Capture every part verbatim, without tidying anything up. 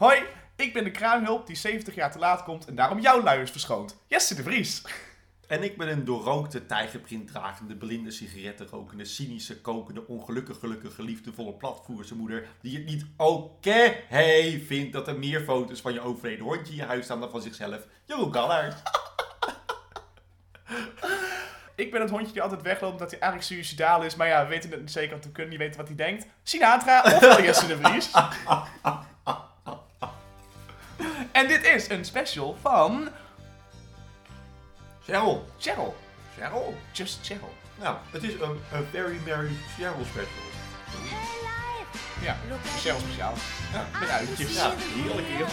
Hoi, ik ben de kraamhulp die zeventig jaar te laat komt en daarom jouw luiers verschoont. Jesse de Vries. En ik ben een doorrookte, tijgerprintdragende, blinde, sigarettenrokende, cynische, kokende, ongelukkig gelukkige, liefdevolle, platvoerse moeder die het niet oké okay vindt dat er meer foto's van je overleden hondje in je huis staan dan van zichzelf. Jeroen Kallers. Ik ben het hondje die altijd wegloopt omdat hij eigenlijk suïcidaal is, maar ja, we weten het niet zeker, want we kunnen niet weten wat hij denkt. Sinatra of Jesse de Vries. En dit is een special van... Cheryl. Cheryl. Cheryl? Just Cheryl. Nou, het is een, een Very Merry Cheryl special. Ja, Cheryl speciaal. Ja, met uitjes. Ja, heerlijk heerlijk.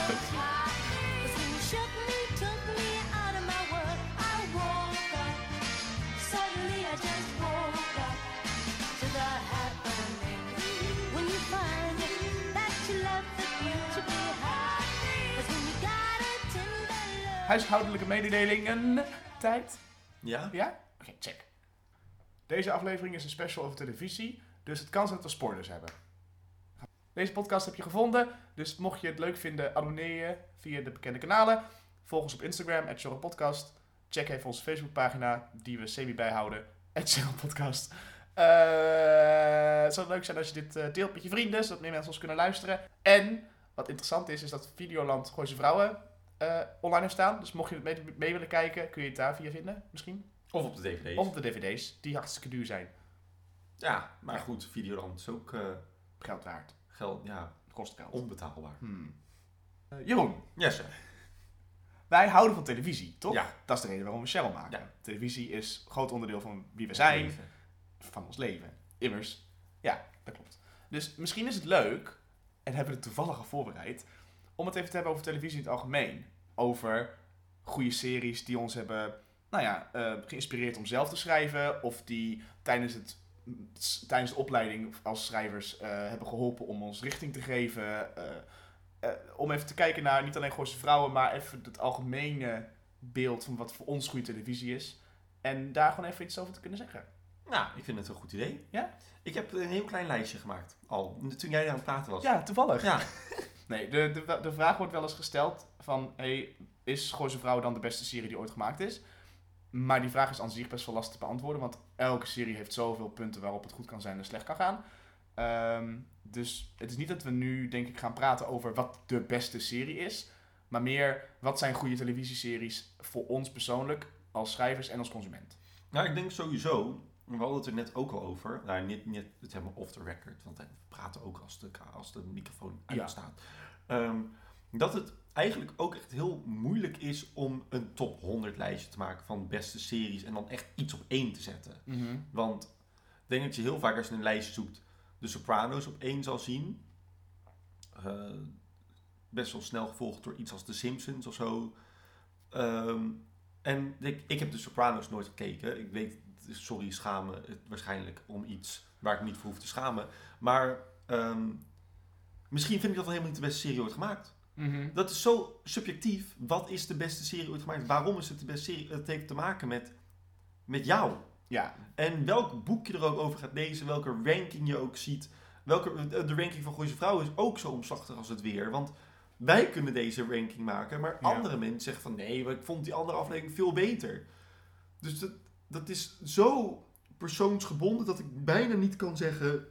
Huishoudelijke mededelingen. Tijd. Ja? Ja? Oké, okay, check. Deze aflevering is een special over televisie, dus het kan zijn dat we spoilers hebben. Deze podcast heb je gevonden, dus mocht je het leuk vinden, abonneer je via de bekende kanalen. Volg ons op Instagram, at Podcast. Check even onze Facebookpagina, die we semi bijhouden, at Podcast. Uh, het zou leuk zijn als je dit uh, deelt met je vrienden, zodat meer mensen ons kunnen luisteren. En, wat interessant is, is dat Videoland Gooise Vrouwen uh, online heeft staan. Dus mocht je het mee, mee willen kijken, kun je het daar via vinden, misschien. Of op de D V D's. Of op de D V D's, die hartstikke duur zijn. Ja, maar goed, Videoland is ook... Uh, geld waard. Geld, ja. Kost geld. Onbetaalbaar. Hmm. Uh, Jeroen. Yes, sir. Wij houden van televisie, toch? Ja. Dat is de reden waarom we Cheryl maken. Ja. Televisie is een groot onderdeel van wie we zijn. Leven. Van ons leven. Immers. Ja, dat klopt. Dus misschien is het leuk, en hebben we het toevallig voorbereid, om het even te hebben over televisie in het algemeen. Over goede series die ons hebben, nou ja, uh, geïnspireerd om zelf te schrijven. Of die tijdens, het, tijdens de opleiding als schrijvers uh, hebben geholpen om ons richting te geven. Uh, uh, om even te kijken naar niet alleen Gooise Vrouwen, maar even het algemene beeld van wat voor ons goede televisie is. En daar gewoon even iets over te kunnen zeggen. Nou, ik vind het een goed idee. Ja? Ik heb een heel klein lijstje gemaakt, al, toen jij aan het praten was. Ja, toevallig. Ja. Nee, de, de, de vraag wordt wel eens gesteld van, hey, is Gooise Vrouwen dan de beste serie die ooit gemaakt is? Maar die vraag is aan zich best wel lastig te beantwoorden, want elke serie heeft zoveel punten waarop het goed kan zijn en slecht kan gaan. Um, dus het is niet dat we nu, denk ik, gaan praten over wat de beste serie is, maar meer, wat zijn goede televisieseries voor ons persoonlijk, als schrijvers en als consument? Nou, ik denk sowieso, we hadden het er net ook al over, nou, niet, niet het helemaal off the record, want we praten ook als de, als de microfoon uitstaat, ja. um, dat het eigenlijk ook echt heel moeilijk is om een top honderd lijstje te maken van beste series en dan echt iets op één te zetten. Mm-hmm. Want ik denk dat je heel vaak als je een lijstje zoekt, de Sopranos op één zal zien. Uh, best wel snel gevolgd door iets als The Simpsons of zo. Um, en ik, ik heb de Sopranos nooit gekeken. Ik weet, sorry, schamen het waarschijnlijk om iets waar ik me niet voor hoef te schamen. Maar um, misschien vind ik dat wel helemaal niet de beste serie ooit gemaakt. Mm-hmm. Dat is zo subjectief. Wat is de beste serie ooit gemaakt? Waarom is het de beste serie? Het heeft te maken met, met jou. Ja. En welk boek je er ook over gaat lezen, welke ranking je ook ziet. Welke, de ranking van Gooise Vrouwen is ook zo omslachtig als het weer. Want wij kunnen deze ranking maken, maar ja. andere mensen zeggen van nee, ik vond die andere aflevering veel beter. Dus dat, dat is zo persoonsgebonden dat ik bijna niet kan zeggen,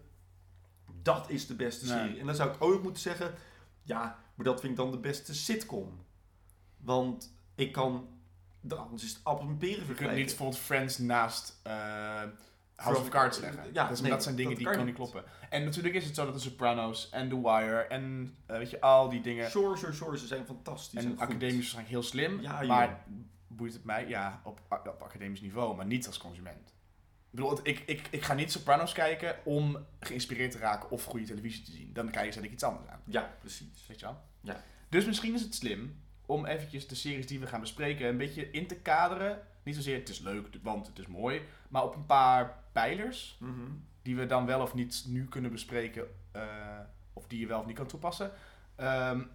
dat is de beste nee. serie. En dan zou ik ook moeten zeggen, ja, maar dat vind ik dan de beste sitcom. Want ik kan, anders is het appels en peren vergelijken. Je kunt niet bijvoorbeeld Friends naast uh, House of Cards leggen. Ja, dus nee, dat zijn dingen dat die kan gewoon niet niet. kloppen. En natuurlijk is het zo dat de Sopranos en The Wire en uh, weet je, al die dingen. Sure, sure, sure, ze zijn fantastisch. En En academisch waarschijnlijk heel slim. Ja, maar boeit het mij? Ja, op, op academisch niveau, maar niet als consument. Ik bedoel, ik, ik, ik ga niet Sopranos kijken om geïnspireerd te raken of goede televisie te zien. Dan kijk, zet ik iets anders aan. Ja, precies. Weet je wel? Ja. Dus misschien is het slim om eventjes de series die we gaan bespreken een beetje in te kaderen. Niet zozeer het is leuk, want het is mooi, maar op een paar pijlers Mm-hmm. die we dan wel of niet nu kunnen bespreken, uh, of die je wel of niet kan toepassen. Um,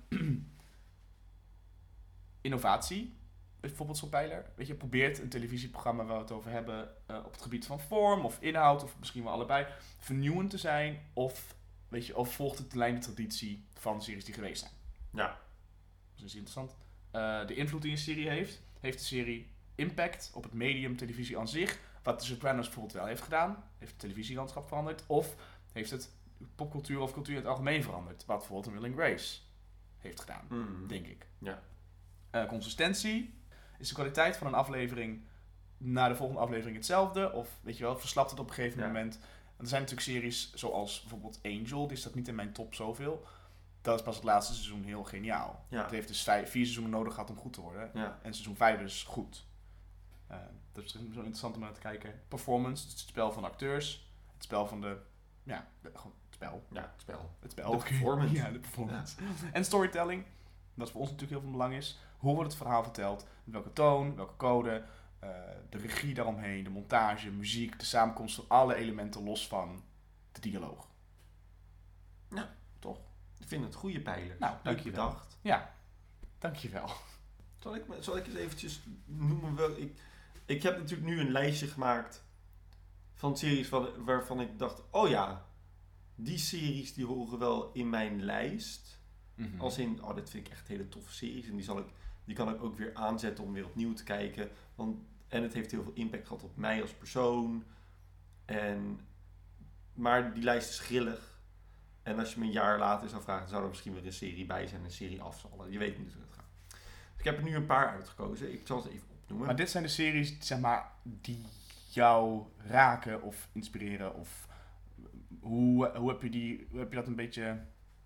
innovatie, bijvoorbeeld zo'n pijler. Weet je, probeert een televisieprogramma waar we het over hebben uh, op het gebied van vorm of inhoud, of misschien wel allebei, vernieuwend te zijn, of, weet je, of volgt het de lijn de traditie van series die geweest zijn. Ja. Dat is interessant. Uh, de invloed die een serie heeft. Heeft de serie impact op het medium televisie aan zich? Wat The Sopranos bijvoorbeeld wel heeft gedaan. Heeft het televisielandschap veranderd? Of heeft het popcultuur of cultuur in het algemeen veranderd? Wat bijvoorbeeld Will and Grace heeft gedaan, Mm. denk ik. Ja. Uh, consistentie. Is de kwaliteit van een aflevering na de volgende aflevering hetzelfde? Of weet je wel, verslapt het op een gegeven Ja. moment? Er zijn natuurlijk series zoals bijvoorbeeld Angel. Die staat niet in mijn top zoveel. Dat is pas het laatste seizoen heel geniaal. Ja. Het heeft dus vijf, vier seizoenen nodig gehad om goed te worden. Ja. En seizoen vijf is goed. Uh, dat is zo interessant om naar te kijken. Performance, het spel van acteurs. Het spel van de... Ja, de, gewoon het spel. Ja, het spel. Het spel. De performance. Ja, de performance. Ja. En storytelling. Dat voor ons natuurlijk heel veel belang is. Hoe wordt het verhaal verteld? Met welke toon, welke code. Uh, de regie daaromheen, de montage, muziek. De samenkomst van alle elementen los van de dialoog. Ja. Toch? Ik vind het goede pijlers. Nou, Leuk dankjewel. bedacht. Ja, dankjewel. Zal ik, zal ik eens eventjes noemen? Wel, ik, ik heb natuurlijk nu een lijstje gemaakt van series waar, waarvan ik dacht, oh ja, die series die horen wel in mijn lijst. Mm-hmm. Als in, oh, dit vind ik echt hele toffe series. En die, zal ik, die kan ik ook weer aanzetten om weer opnieuw te kijken. Want, en het heeft heel veel impact gehad op mij als persoon. En, maar die lijst is grillig. En als je me een jaar later zou vragen, zou er misschien weer een serie bij zijn en een serie afzallen. Je weet niet hoe het gaat. Dus ik heb er nu een paar uitgekozen. Ik zal ze even opnoemen. Maar dit zijn de series, zeg maar, die jou raken of inspireren? Of hoe, hoe, heb, je die, hoe heb je dat een beetje...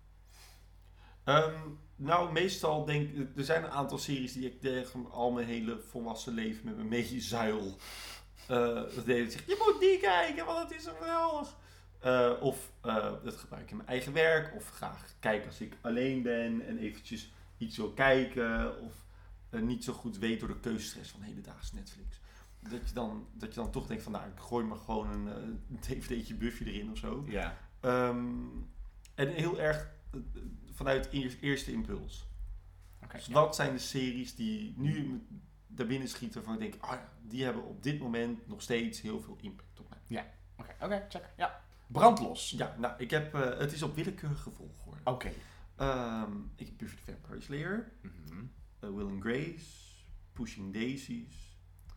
Um, nou, meestal denk ik... Er zijn een aantal series die ik tegen al mijn hele volwassen leven met me meezuil. Uh, dat deed ik zeg, je moet die kijken, want het is zo geweldig. Uh, of uh, dat gebruik ik in mijn eigen werk. Of graag kijken als ik alleen ben en eventjes iets wil kijken. Of uh, niet zo goed weet door de keuzestress van hedendaagse Netflix. Dat je, dan, dat je dan toch denkt van, nou, ik gooi maar gewoon een, uh, een D V D'tje Buffy erin of zo. Ja. Um, en heel erg uh, vanuit eerste impuls. Okay, dus ja. wat zijn de series die nu daar binnen schieten waarvan ik denk, oh ja, die hebben op dit moment nog steeds heel veel impact op mij. Ja, oké, okay, okay, check. Ja. Brandlos. Ja, nou, ik heb, uh, het is op willekeurige volgorde. Oké. Okay. Um, ik heb Buffy the Vampire Slayer, mm-hmm. uh, Will and Grace, Pushing Daisies,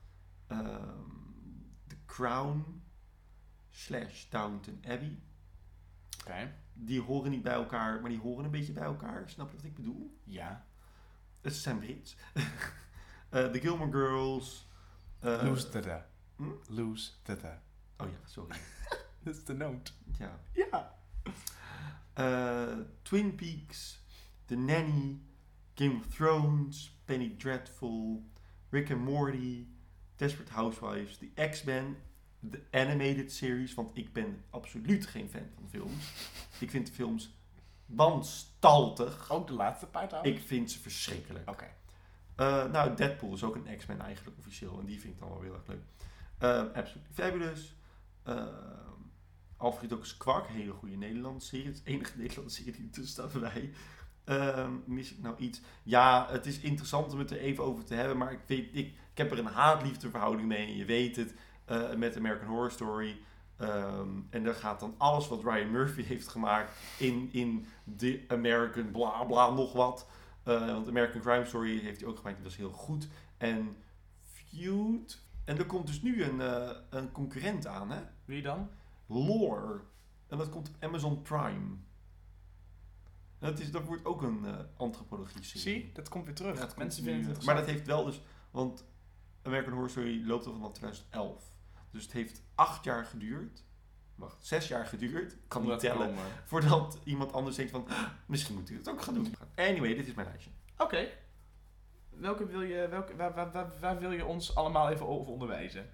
um, The Crown, slash Downton Abbey. Oké. Okay. Die horen niet bij elkaar, maar die horen een beetje bij elkaar. Snap je wat ik bedoel? Ja. Het zijn Brits. uh, The Gilmore Girls. Uh, Loose Tata. Hm? Loose Tata. Oh ja, sorry. Dat is de note. Ja. Ja. Uh, Twin Peaks, The Nanny, Game of Thrones, Penny Dreadful, Rick and Morty, Desperate Housewives, The X-Men, de animated series, want ik ben absoluut geen fan van films. Ik vind de films wanstaltig. Ook de laatste paar trouwens? Ik vind ze verschrikkelijk. Oké. Okay. Uh, nou, Deadpool is ook een X-Men eigenlijk officieel en die vind ik dan wel heel erg leuk. Uh, Absolutely Fabulous. Uh, Alfred ook Kwak, hele goede Nederlandse serie. Het is de enige Nederlandse serie die tussen staat voor mij. Uh, mis ik nou iets? Ja, het is interessant om het er even over te hebben, maar ik, weet, ik, ik heb er een haat-liefde verhouding mee en je weet het. Uh, met American Horror Story. Um, en daar gaat dan alles wat Ryan Murphy heeft gemaakt in, in de American bla bla nog wat. Uh, want American Crime Story heeft hij ook gemaakt, dat was heel goed. En Feud. En er komt dus nu een, uh, een concurrent aan, hè? Wie dan? Lore. En dat komt op Amazon Prime. Dat, is, dat wordt ook een uh, antropologie-serie. Zie, dat komt weer terug. Ja, dat Mensen nu, vinden het maar dat heeft wel dus... Want American Horror Story loopt al vanaf twintig elf. Dus het heeft acht jaar geduurd. Wacht, zes jaar geduurd. Ik kan niet tellen. Komen. Voordat iemand anders denkt van... Misschien moet ik het ook gaan doen. Anyway, dit is mijn lijstje. Oké. Okay. Welke wil je... Welke, waar, waar, waar, waar wil je ons allemaal even over onderwijzen?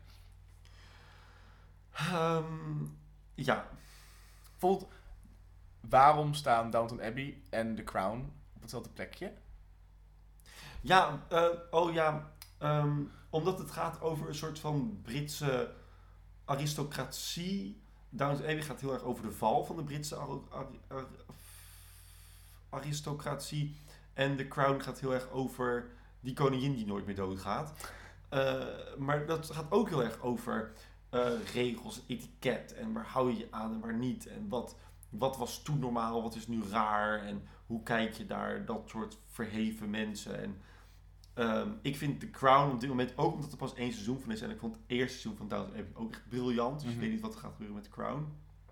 Um, ja. Bijvoorbeeld... Waarom staan Downton Abbey en The Crown op hetzelfde plekje? Ja, uh, oh ja... Um, omdat het gaat over een soort van Britse aristocratie. Downton Abbey gaat heel erg over de val van de Britse ar- ar- ar- aristocratie. En The Crown gaat heel erg over die koningin die nooit meer doodgaat. Uh, maar dat gaat ook heel erg over uh, regels, etiket. En waar hou je je aan en waar niet. En wat, wat was toen normaal, wat is nu raar. En hoe kijk je naar dat soort verheven mensen. En um, ik vind The Crown op dit moment, ook omdat er pas één seizoen van is, en ik vond het eerste seizoen van Downton Abbey ook echt briljant. Dus mm-hmm. ik weet niet wat er gaat gebeuren met The Crown.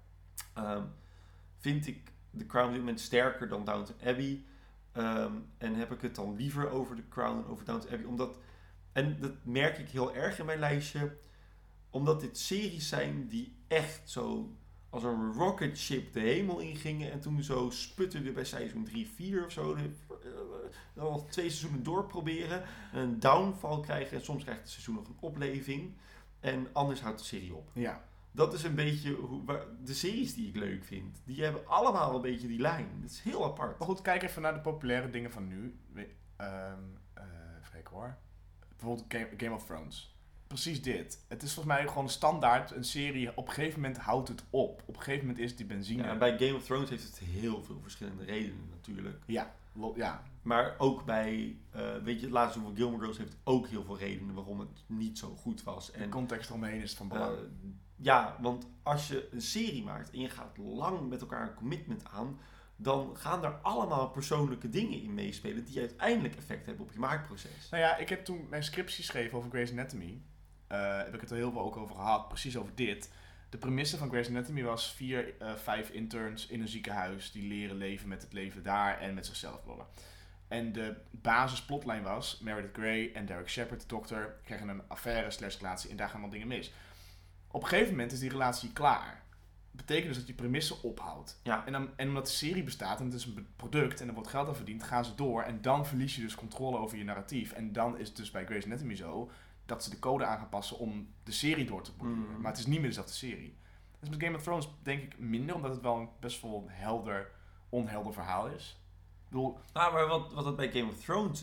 Um, vind ik The Crown op dit moment sterker dan Downton Abbey. Um, en heb ik het dan liever over The Crown dan over Downton Abbey. Omdat, en dat merk ik heel erg in mijn lijstje, omdat dit series zijn die echt zo als een rocket ship de hemel ingingen en toen zo sputterden bij seizoen drie, vier of zo. Dan nog twee seizoenen doorproberen, een downfall krijgen en soms krijgt het seizoen nog een opleving. En anders houdt de serie op. Ja. Dat is een beetje hoe, waar, de series die ik leuk vind. Die hebben allemaal een beetje die lijn. Dat is heel apart. Maar goed, kijk even naar de populaire dingen van nu. Um, uh, even kijken hoor. Bijvoorbeeld Game, Game of Thrones. Precies dit. Het is volgens mij gewoon standaard een serie. Op een gegeven moment houdt het op. Op een gegeven moment is die benzine. Ja, bij Game of Thrones heeft het heel veel verschillende redenen natuurlijk. Ja, ja. Maar ook bij, uh, weet je, het laatste van Gilmore Girls heeft ook heel veel redenen waarom het niet zo goed was. En de context eromheen is van belang. Uh, ja, want als je een serie maakt en je gaat lang met elkaar een commitment aan, dan gaan er allemaal persoonlijke dingen in meespelen die uiteindelijk effect hebben op je maakproces. Nou ja, ik heb toen mijn scriptie geschreven over Grey's Anatomy. Uh, heb ik het er heel veel ook over gehad, precies over dit. De premisse van Grey's Anatomy was vier, uh, vijf interns in een ziekenhuis die leren leven met het leven daar en met zichzelf worden. En de basisplotline was, Meredith Grey en Derek Shepherd, de dokter, krijgen een affaire slash relatie en daar gaan al dingen mis. Op een gegeven moment is die relatie klaar. Dat betekent dus dat je premisse ophoudt. Ja. En, dan, en omdat de serie bestaat en het is een product en er wordt geld aan verdiend, gaan ze door en dan verlies je dus controle over je narratief. En dan is het dus bij Grey's Anatomy zo dat ze de code aan gaan passen om de serie door te borduren. Mm. Maar het is niet meer dezelfde serie. Dus met Game of Thrones denk ik minder, omdat het wel een best wel helder, onhelder verhaal is. Ik bedoel, nou, maar wat, wat het bij Game of Thrones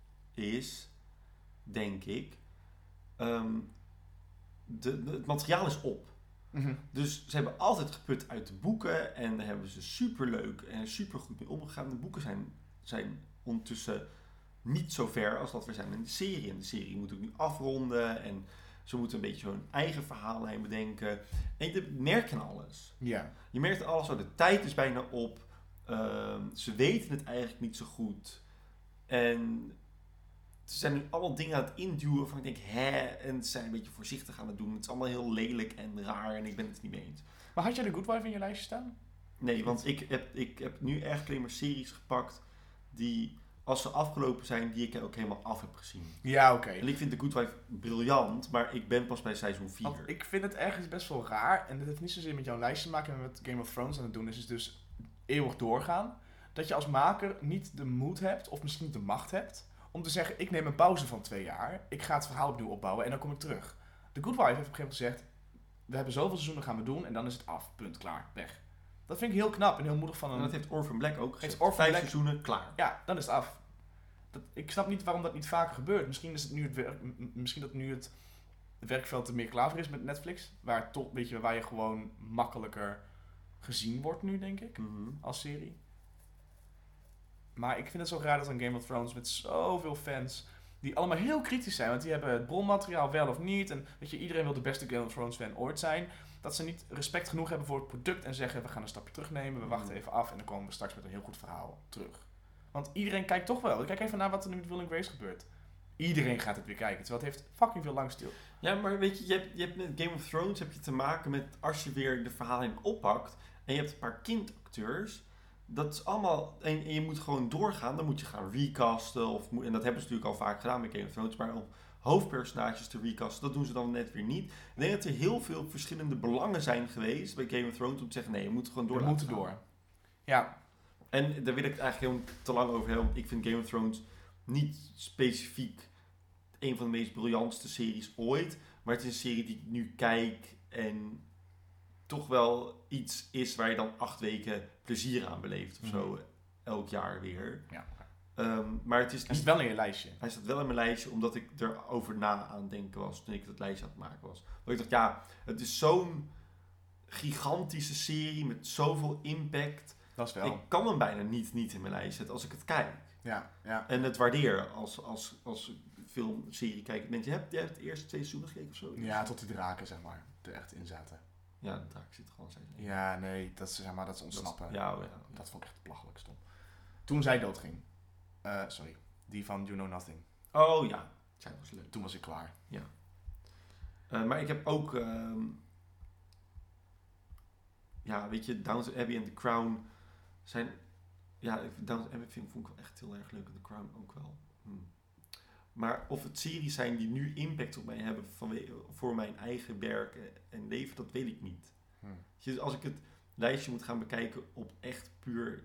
is, denk ik, um, de, de, het materiaal is op. Mm-hmm. Dus ze hebben altijd geput uit de boeken en daar hebben ze superleuk en supergoed mee omgegaan. De boeken zijn, zijn ondertussen niet zo ver als dat we zijn in de serie. En de serie moet ook nu afronden en ze moeten een beetje zo'n eigen verhaallijn bedenken. En je merkt aan alles. Ja. Je merkt aan alles, zo, de tijd is bijna op. Uh, ze weten het eigenlijk niet zo goed. En ze zijn nu allemaal dingen aan het induwen van ik denk, hè, en ze zijn een beetje voorzichtig aan het doen. Het is allemaal heel lelijk en raar en ik ben het niet mee eens. Maar had jij de Good Wife in je lijstje staan? Nee, want ik heb, ik heb nu echt alleen maar series gepakt die, als ze afgelopen zijn, die ik ook helemaal af heb gezien. Ja, oké. Okay. En ik vind The Good Wife briljant, maar ik ben pas bij seizoen vier. Want ik vind het ergens best wel raar, en dat heeft niet zozeer met jouw lijstje te maken, maar met Game of Thrones aan het doen is, is dus eeuwig doorgaan. Dat je als maker niet de moed hebt, of misschien niet de macht hebt, om te zeggen, ik neem een pauze van twee jaar, ik ga het verhaal opnieuw opbouwen en dan kom ik terug. The Good Wife heeft op een gegeven moment gezegd, we hebben zoveel seizoenen gaan we doen en dan is het af, punt, klaar, weg. Dat vind ik heel knap en heel moedig van een... En dat heeft Orphan Black ook gezegd. Orphan Vijf Black... seizoenen, klaar. Ja, dan is het af. Dat, ik snap niet waarom dat niet vaker gebeurt. Misschien is het nu het werk, m- misschien dat nu het, het werkveld er meer klaar voor is met Netflix, waar toch, weet je, waar je gewoon makkelijker gezien wordt nu, denk ik, Mm-hmm. als serie. Maar ik vind het zo raar dat een Game of Thrones met zoveel fans, die allemaal heel kritisch zijn, want die hebben het bronmateriaal wel of niet, en weet je, iedereen wil de beste Game of Thrones fan ooit zijn, dat ze niet respect genoeg hebben voor het product en zeggen, we gaan een stapje terugnemen, we wachten even af en dan komen we straks met een heel goed verhaal terug. Want iedereen kijkt toch wel. Kijk even naar wat er nu met Will and Grace gebeurt. Iedereen gaat het weer kijken, terwijl het heeft fucking veel lang stil. Ja, maar weet je, je hebt, je hebt met Game of Thrones heb je te maken met, als je weer de verhaallijn oppakt en je hebt een paar kindacteurs, dat is allemaal, en, en je moet gewoon doorgaan, dan moet je gaan recasten, of, en dat hebben ze natuurlijk al vaak gedaan met Game of Thrones, maar om hoofdpersonages te recasten, dat doen ze dan net weer niet. Ik denk dat er heel veel verschillende belangen zijn geweest bij Game of Thrones om te zeggen, nee, je moet gewoon door. We moeten door. Ja. En daar wil ik het eigenlijk heel te lang over hebben. Ik vind Game of Thrones niet specifiek een van de meest briljantste series ooit. Maar het is een serie die ik nu kijk en toch wel iets is waar je dan acht weken plezier aan beleeft. Of zo, mm-hmm. Elk jaar weer. Ja. Um, maar het is hij staat wel in je lijstje. Hij staat wel in mijn lijstje omdat ik erover na aan het denken was toen ik dat lijstje aan het maken was. Want ik dacht, ja, het is zo'n gigantische serie met zoveel impact. Dat is wel. Ik kan hem bijna niet, niet in mijn lijst zetten als ik het kijk. Ja, ja. En het waardeer als, als, als filmserie kijken. Denk je, hebt jij het eerste twee seizoenen gekeken of zo? Ja, tot die draken, zeg maar, er echt in zaten. Ja, de draak zit gewoon steeds in. Ja, nee, dat is, zeg maar, dat is ontsnappen. Dat, ja, ja, dat vond ik echt belachelijk stom. Toen zij doodging. Uh, sorry, die van You Know Nothing. Oh ja, zij was leuk. Toen was ik klaar. Ja. Uh, maar ik heb ook... Uh, ja, weet je, Downton Abbey en The Crown zijn... Ja, Downton Abbey vind, vond ik wel echt heel erg leuk. En The Crown ook wel. Hm. Maar of het series zijn die nu impact op mij hebben vanwege, voor mijn eigen werk en leven, dat weet ik niet. Hm. Dus als ik het lijstje moet gaan bekijken op echt puur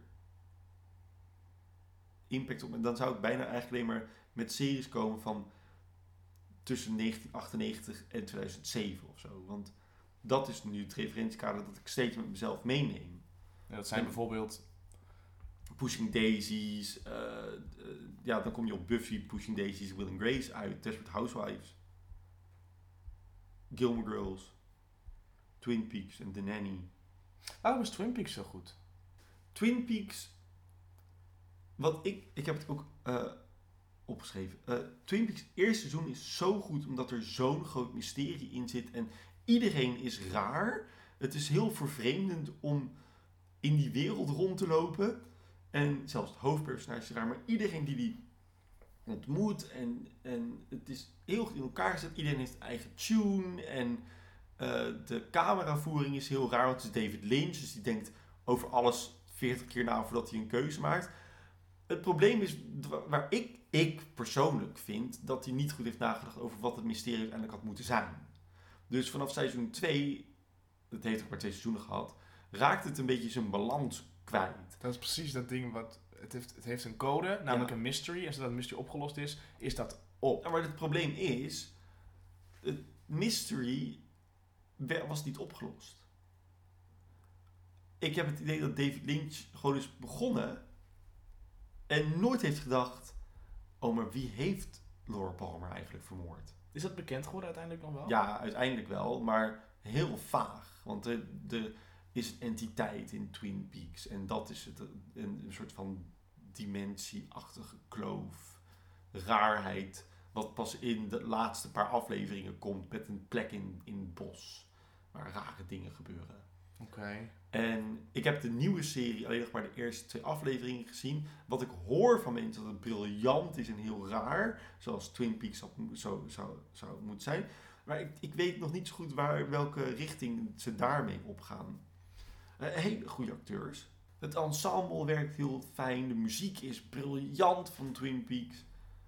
impact op me, dan zou ik bijna eigenlijk alleen maar met series komen van tussen negentien achtennegentig en tweeduizend zeven of zo. Want dat is nu het referentiekader dat ik steeds met mezelf meeneem. Ja, dat zijn en, bijvoorbeeld... Pushing Daisies, uh, uh, ja, dan kom je op Buffy, Pushing Daisies, Will and Grace uit, Desperate Housewives, Gilmore Girls, Twin Peaks en The Nanny. Waarom is Twin Peaks zo goed? Twin Peaks, wat ik, ik heb het ook uh, opgeschreven. Uh, Twin Peaks eerste seizoen is zo goed omdat er zo'n groot mysterie in zit en iedereen is raar. Het is heel vervreemdend om in die wereld rond te lopen. En zelfs het hoofdpersonage is raar, maar iedereen die die ontmoet en, en het is heel goed in elkaar gezet. Iedereen heeft een eigen tune en uh, de cameravoering is heel raar, want het is David Lynch, dus die denkt over alles veertig keer na voordat hij een keuze maakt. Het probleem is, waar ik, ik persoonlijk vind, dat hij niet goed heeft nagedacht over wat het mysterie uiteindelijk had moeten zijn. Dus vanaf seizoen twee, het heeft ook maar twee seizoenen gehad, raakt het een beetje zijn balans kwijt. Dat is precies dat ding wat... Het heeft, het heeft een code, namelijk ja. een mystery. En zodat een mystery opgelost is, is dat op. Ja, maar het probleem is... Het mystery was niet opgelost. Ik heb het idee dat David Lynch gewoon is begonnen... en nooit heeft gedacht... Oh, maar wie heeft Laura Palmer eigenlijk vermoord? Is dat bekend geworden uiteindelijk nog wel? Ja, uiteindelijk wel, maar heel vaag. Want de... de is een entiteit in Twin Peaks. En dat is het, een, een soort van dimensie-achtige kloof. Raarheid. Wat pas in de laatste paar afleveringen komt met een plek in, in het bos. Waar rare dingen gebeuren. Oké. Okay. En ik heb de nieuwe serie alleen nog maar de eerste twee afleveringen gezien. Wat ik hoor van mensen dat het briljant is en heel raar. Zoals Twin Peaks zo, zo, zou, zou moeten zijn. Maar ik, ik weet nog niet zo goed waar, welke richting ze daarmee opgaan. Uh, hele goede acteurs. Het ensemble werkt heel fijn. De muziek is briljant van Twin Peaks.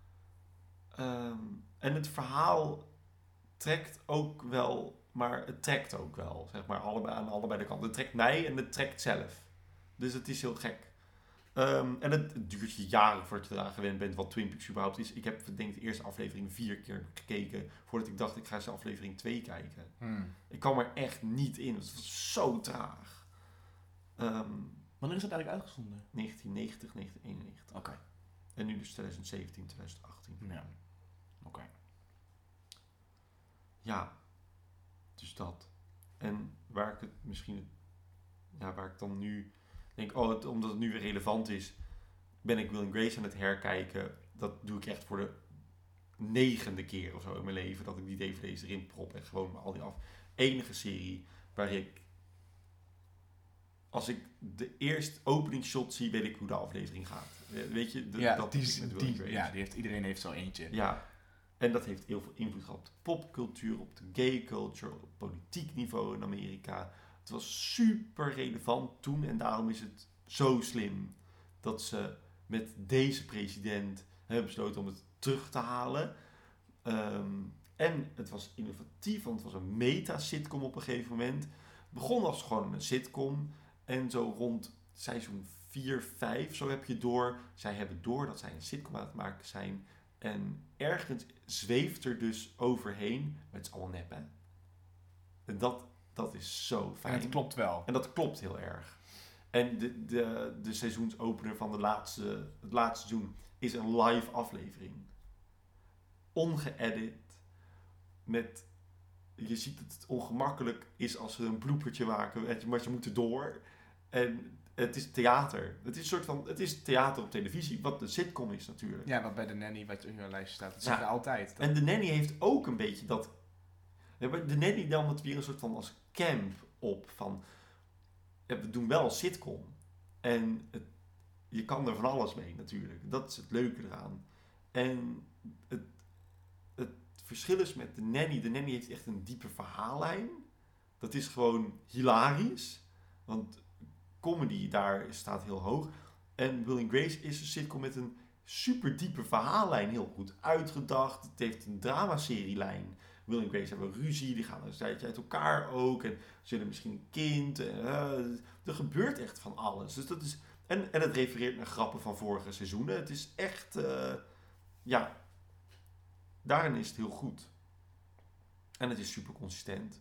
Um, en het verhaal trekt ook wel, maar het trekt ook wel. Zeg maar allebei, aan allebei de kanten. Het trekt mij en het trekt zelf. Dus het is heel gek. Um, en het, het duurt je jaren voordat je eraan gewend bent wat Twin Peaks überhaupt is. Ik heb denk ik de eerste aflevering vier keer gekeken voordat ik dacht ik ga eens aflevering twee kijken. Hmm. Ik kwam er echt niet in. Het was zo traag. Um, Wanneer is het eigenlijk uitgezonden? negentien negentig, negentien eenennegentig. Oké. Okay. En nu dus twintig zeventien, twintig achttien. Ja. Oké. Okay. Ja. Dus dat. En waar ik het misschien... Ja, waar ik dan nu denk... Oh, het, omdat het nu weer relevant is... Ben ik Will and Grace aan het herkijken. Dat doe ik echt voor de negende keer of zo in mijn leven. Dat ik die D V D's erin prop. En gewoon al die af... Enige serie waar ik... Als ik de eerste openingsshot zie, weet ik hoe de aflevering gaat. Weet je? De, ja, dat die, met die, ja die heeft, iedereen heeft zo eentje. Ja, en dat heeft heel veel invloed gehad op de popcultuur, op de gay culture, op politiek niveau in Amerika. Het was super relevant toen en daarom is het zo slim dat ze met deze president hebben besloten om het terug te halen. Um, en het was innovatief, want het was een meta-sitcom op een gegeven moment. Het begon als gewoon een sitcom. En zo rond seizoen vier, vijf, zo heb je door. Zij hebben door dat zij een sitcom aan het maken zijn. En ergens zweeft er dus overheen. Maar het is allemaal nep, hè? En dat, dat is zo fijn. En het klopt wel. En dat klopt heel erg. En de, de, de seizoensopener van de laatste, het laatste seizoen is een live aflevering. Ongeëdit. Met... Je ziet dat het ongemakkelijk is als ze een bloopertje maken. Maar ze moeten door. En het is theater. Het is een soort van, het is theater op televisie, wat de sitcom is natuurlijk. Ja, wat bij de Nanny, wat in je lijstje staat. Dat zeggen ja. altijd. Dat... En de Nanny heeft ook een beetje dat... De Nanny nam het weer een soort van als camp op. Van, ja, we doen wel een sitcom. En het, je kan er van alles mee natuurlijk. Dat is het leuke eraan. En het, het verschil is met de Nanny. De Nanny heeft echt een diepe verhaallijn. Dat is gewoon hilarisch. Want comedy daar staat heel hoog. En Will and Grace is een sitcom met een super diepe verhaallijn. Heel goed uitgedacht. Het heeft een dramaserielijn. Will and Grace hebben ruzie. Die gaan een tijdje uit elkaar ook. En ze willen misschien een kind. En, uh, er gebeurt echt van alles. Dus dat is, en, en het refereert naar grappen van vorige seizoenen. Het is echt... Uh, ja... Daarin is het heel goed. En het is super consistent.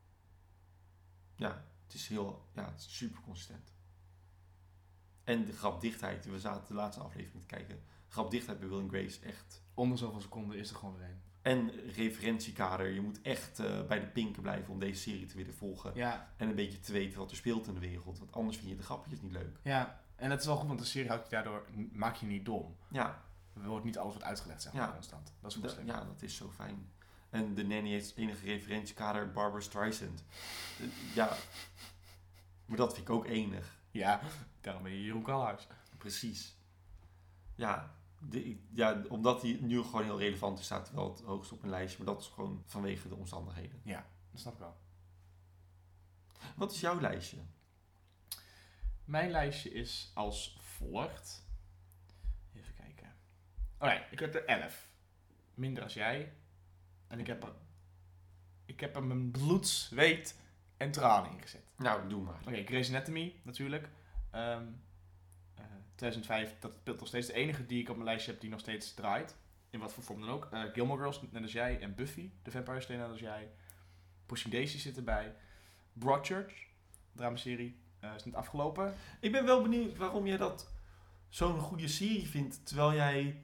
Ja, het is heel... Ja, het is super consistent. En de grapdichtheid. We zaten de laatste aflevering te kijken. Grapdichtheid bij Will and Grace echt... Onder zoveel seconden is er gewoon weer een. En referentiekader. Je moet echt uh, bij de pinken blijven om deze serie te willen volgen. Ja. En een beetje te weten wat er speelt in de wereld. Want anders vind je de grapjes niet leuk. Ja, en het is wel goed, want de serie houdt je daardoor... Maak je niet dom. Ja. Er wordt niet alles wat uitgelegd, zeg maar, ja. constant. Dat is goed slim. Ja, dat is zo fijn. En de Nanny heeft het enige referentiekader Barbara Streisand. Ja, maar dat vind ik ook enig. Ja, daarom ben je Jeroen Kalhuis. Precies. Ja, de, ja, omdat hij nu gewoon heel relevant is, staat hij wel het hoogst op een lijstje. Maar dat is gewoon vanwege de omstandigheden. Ja, dat snap ik wel. Wat is jouw lijstje? Mijn lijstje is als volgt. Even kijken. Oh nee, ik heb er elf. Minder als jij. En ik heb er... Ik heb er mijn bloed, zweet en tranen in gezet. Nou, doe maar. Oké, okay, Grey's Anatomy natuurlijk. Um, uh, tweeduizend vijf, dat speelt nog steeds de enige die ik op mijn lijstje heb die nog steeds draait. In wat voor vorm dan ook. Uh, Gilmore Girls, net als jij. En Buffy, The Vampire Slayer, net als jij. Pushing Daisy zit erbij. Broadchurch, dramaserie, uh, is net afgelopen. Ik ben wel benieuwd waarom jij dat zo'n goede serie vindt, terwijl jij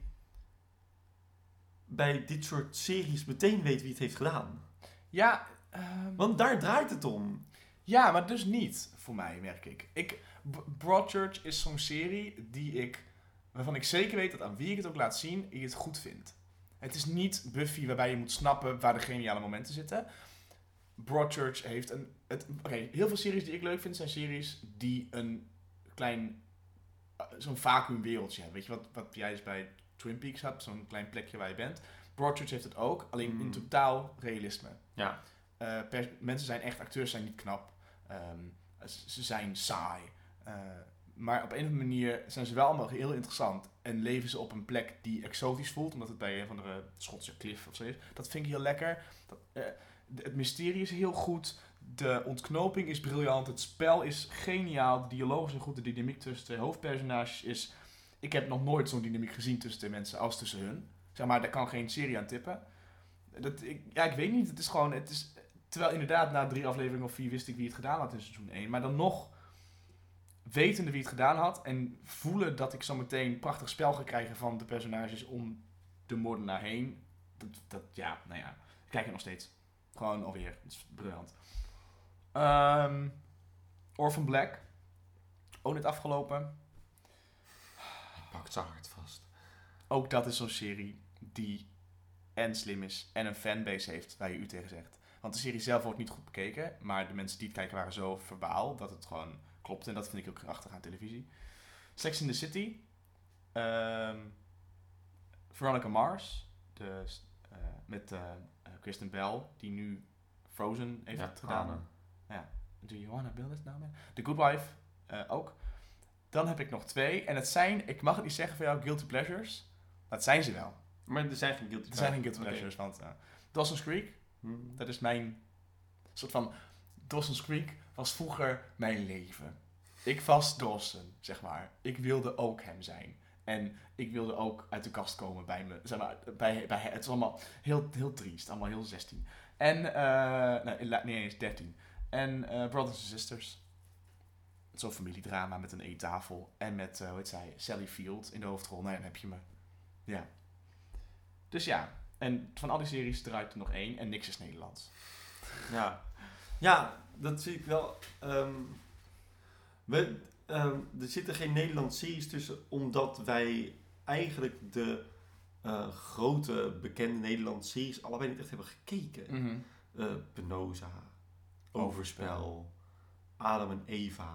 bij dit soort series meteen weet wie het heeft gedaan. Ja, um... want daar draait het om. Ja, maar dus niet voor mij, merk ik. ik Broadchurch is zo'n serie die ik, waarvan ik zeker weet dat aan wie ik het ook laat zien, ik het goed vind. Het is niet Buffy waarbij je moet snappen waar de geniale momenten zitten. Broadchurch heeft een... Oké, okay, heel veel series die ik leuk vind zijn series die een klein... Uh, zo'n vacuümwereldje hebben. Weet je wat, wat jij dus bij Twin Peaks had? Zo'n klein plekje waar je bent. Broadchurch heeft het ook, alleen mm. in totaal realisme. Ja. Uh, pers- mensen zijn echt, acteurs zijn niet knap. Um, ze zijn saai. Uh, maar op een of andere manier zijn ze wel allemaal heel interessant. En leven ze op een plek die exotisch voelt. Omdat het bij een van de Schotse klif of zo is. Dat vind ik heel lekker. Dat, uh, de, het mysterie is heel goed. De ontknoping is briljant. Het spel is geniaal. De dialoog is goed. De dynamiek tussen de hoofdpersonages is... Ik heb nog nooit zo'n dynamiek gezien tussen de mensen als tussen hun. Zeg maar, daar kan geen serie aan tippen. Dat, ik, ja, ik weet niet. Het is gewoon... Het is, terwijl inderdaad na drie afleveringen of vier wist ik wie het gedaan had in seizoen één. Maar dan nog... Wetende wie het gedaan had. En voelen dat ik zo meteen een prachtig spel ga krijgen van de personages om de moordenaar heen. Dat, dat ja, nou ja. Ik kijk er nog steeds. Gewoon alweer. Het is briljant. Um, Orphan Black. Ook net afgelopen. Pakt zijn hart vast. Ook dat is zo'n serie die en slim is en een fanbase heeft waar je u tegen zegt. Want de serie zelf wordt niet goed bekeken, maar de mensen die het kijken waren zo verbaal dat het gewoon klopt. En dat vind ik ook krachtig aan televisie. Sex in the City. Um, Veronica Mars. De, uh, met uh, Kristen Bell, die nu Frozen heeft ja, gedaan. Anne. Ja. Do you wanna build it now, man? The Good Wife uh, ook. Dan heb ik nog twee. En het zijn, ik mag het niet zeggen voor jou, guilty pleasures. Dat zijn ze wel. Maar er zijn geen guilty pleasures. Er zijn geen guilty pleasures, okay. Want uh, Dawson's Creek, hmm. dat is mijn soort van... Dawson's Creek was vroeger mijn leven. Ik was Dawson, zeg maar. Ik wilde ook hem zijn. En ik wilde ook uit de kast komen bij me. Zeg maar, bij, bij, het is allemaal heel, heel triest. Allemaal heel zestien. En, uh, nee, nee, eens dertien. En uh, Brothers and Sisters. Zo'n familiedrama met een eettafel. En met, uh, hoe heet zij, Sally Field in de hoofdrol. Nou ja, dan heb je me. Ja. Dus ja. En van al die series draait er nog één. En niks is Nederlands. Ja. Ja, dat zie ik wel. Um, we, um, er zitten geen Nederlandse series tussen. Omdat wij eigenlijk de uh, grote bekende Nederlandse series allebei niet echt hebben gekeken. Mm-hmm. Uh, Penosa. Overspel. Adam en Eva.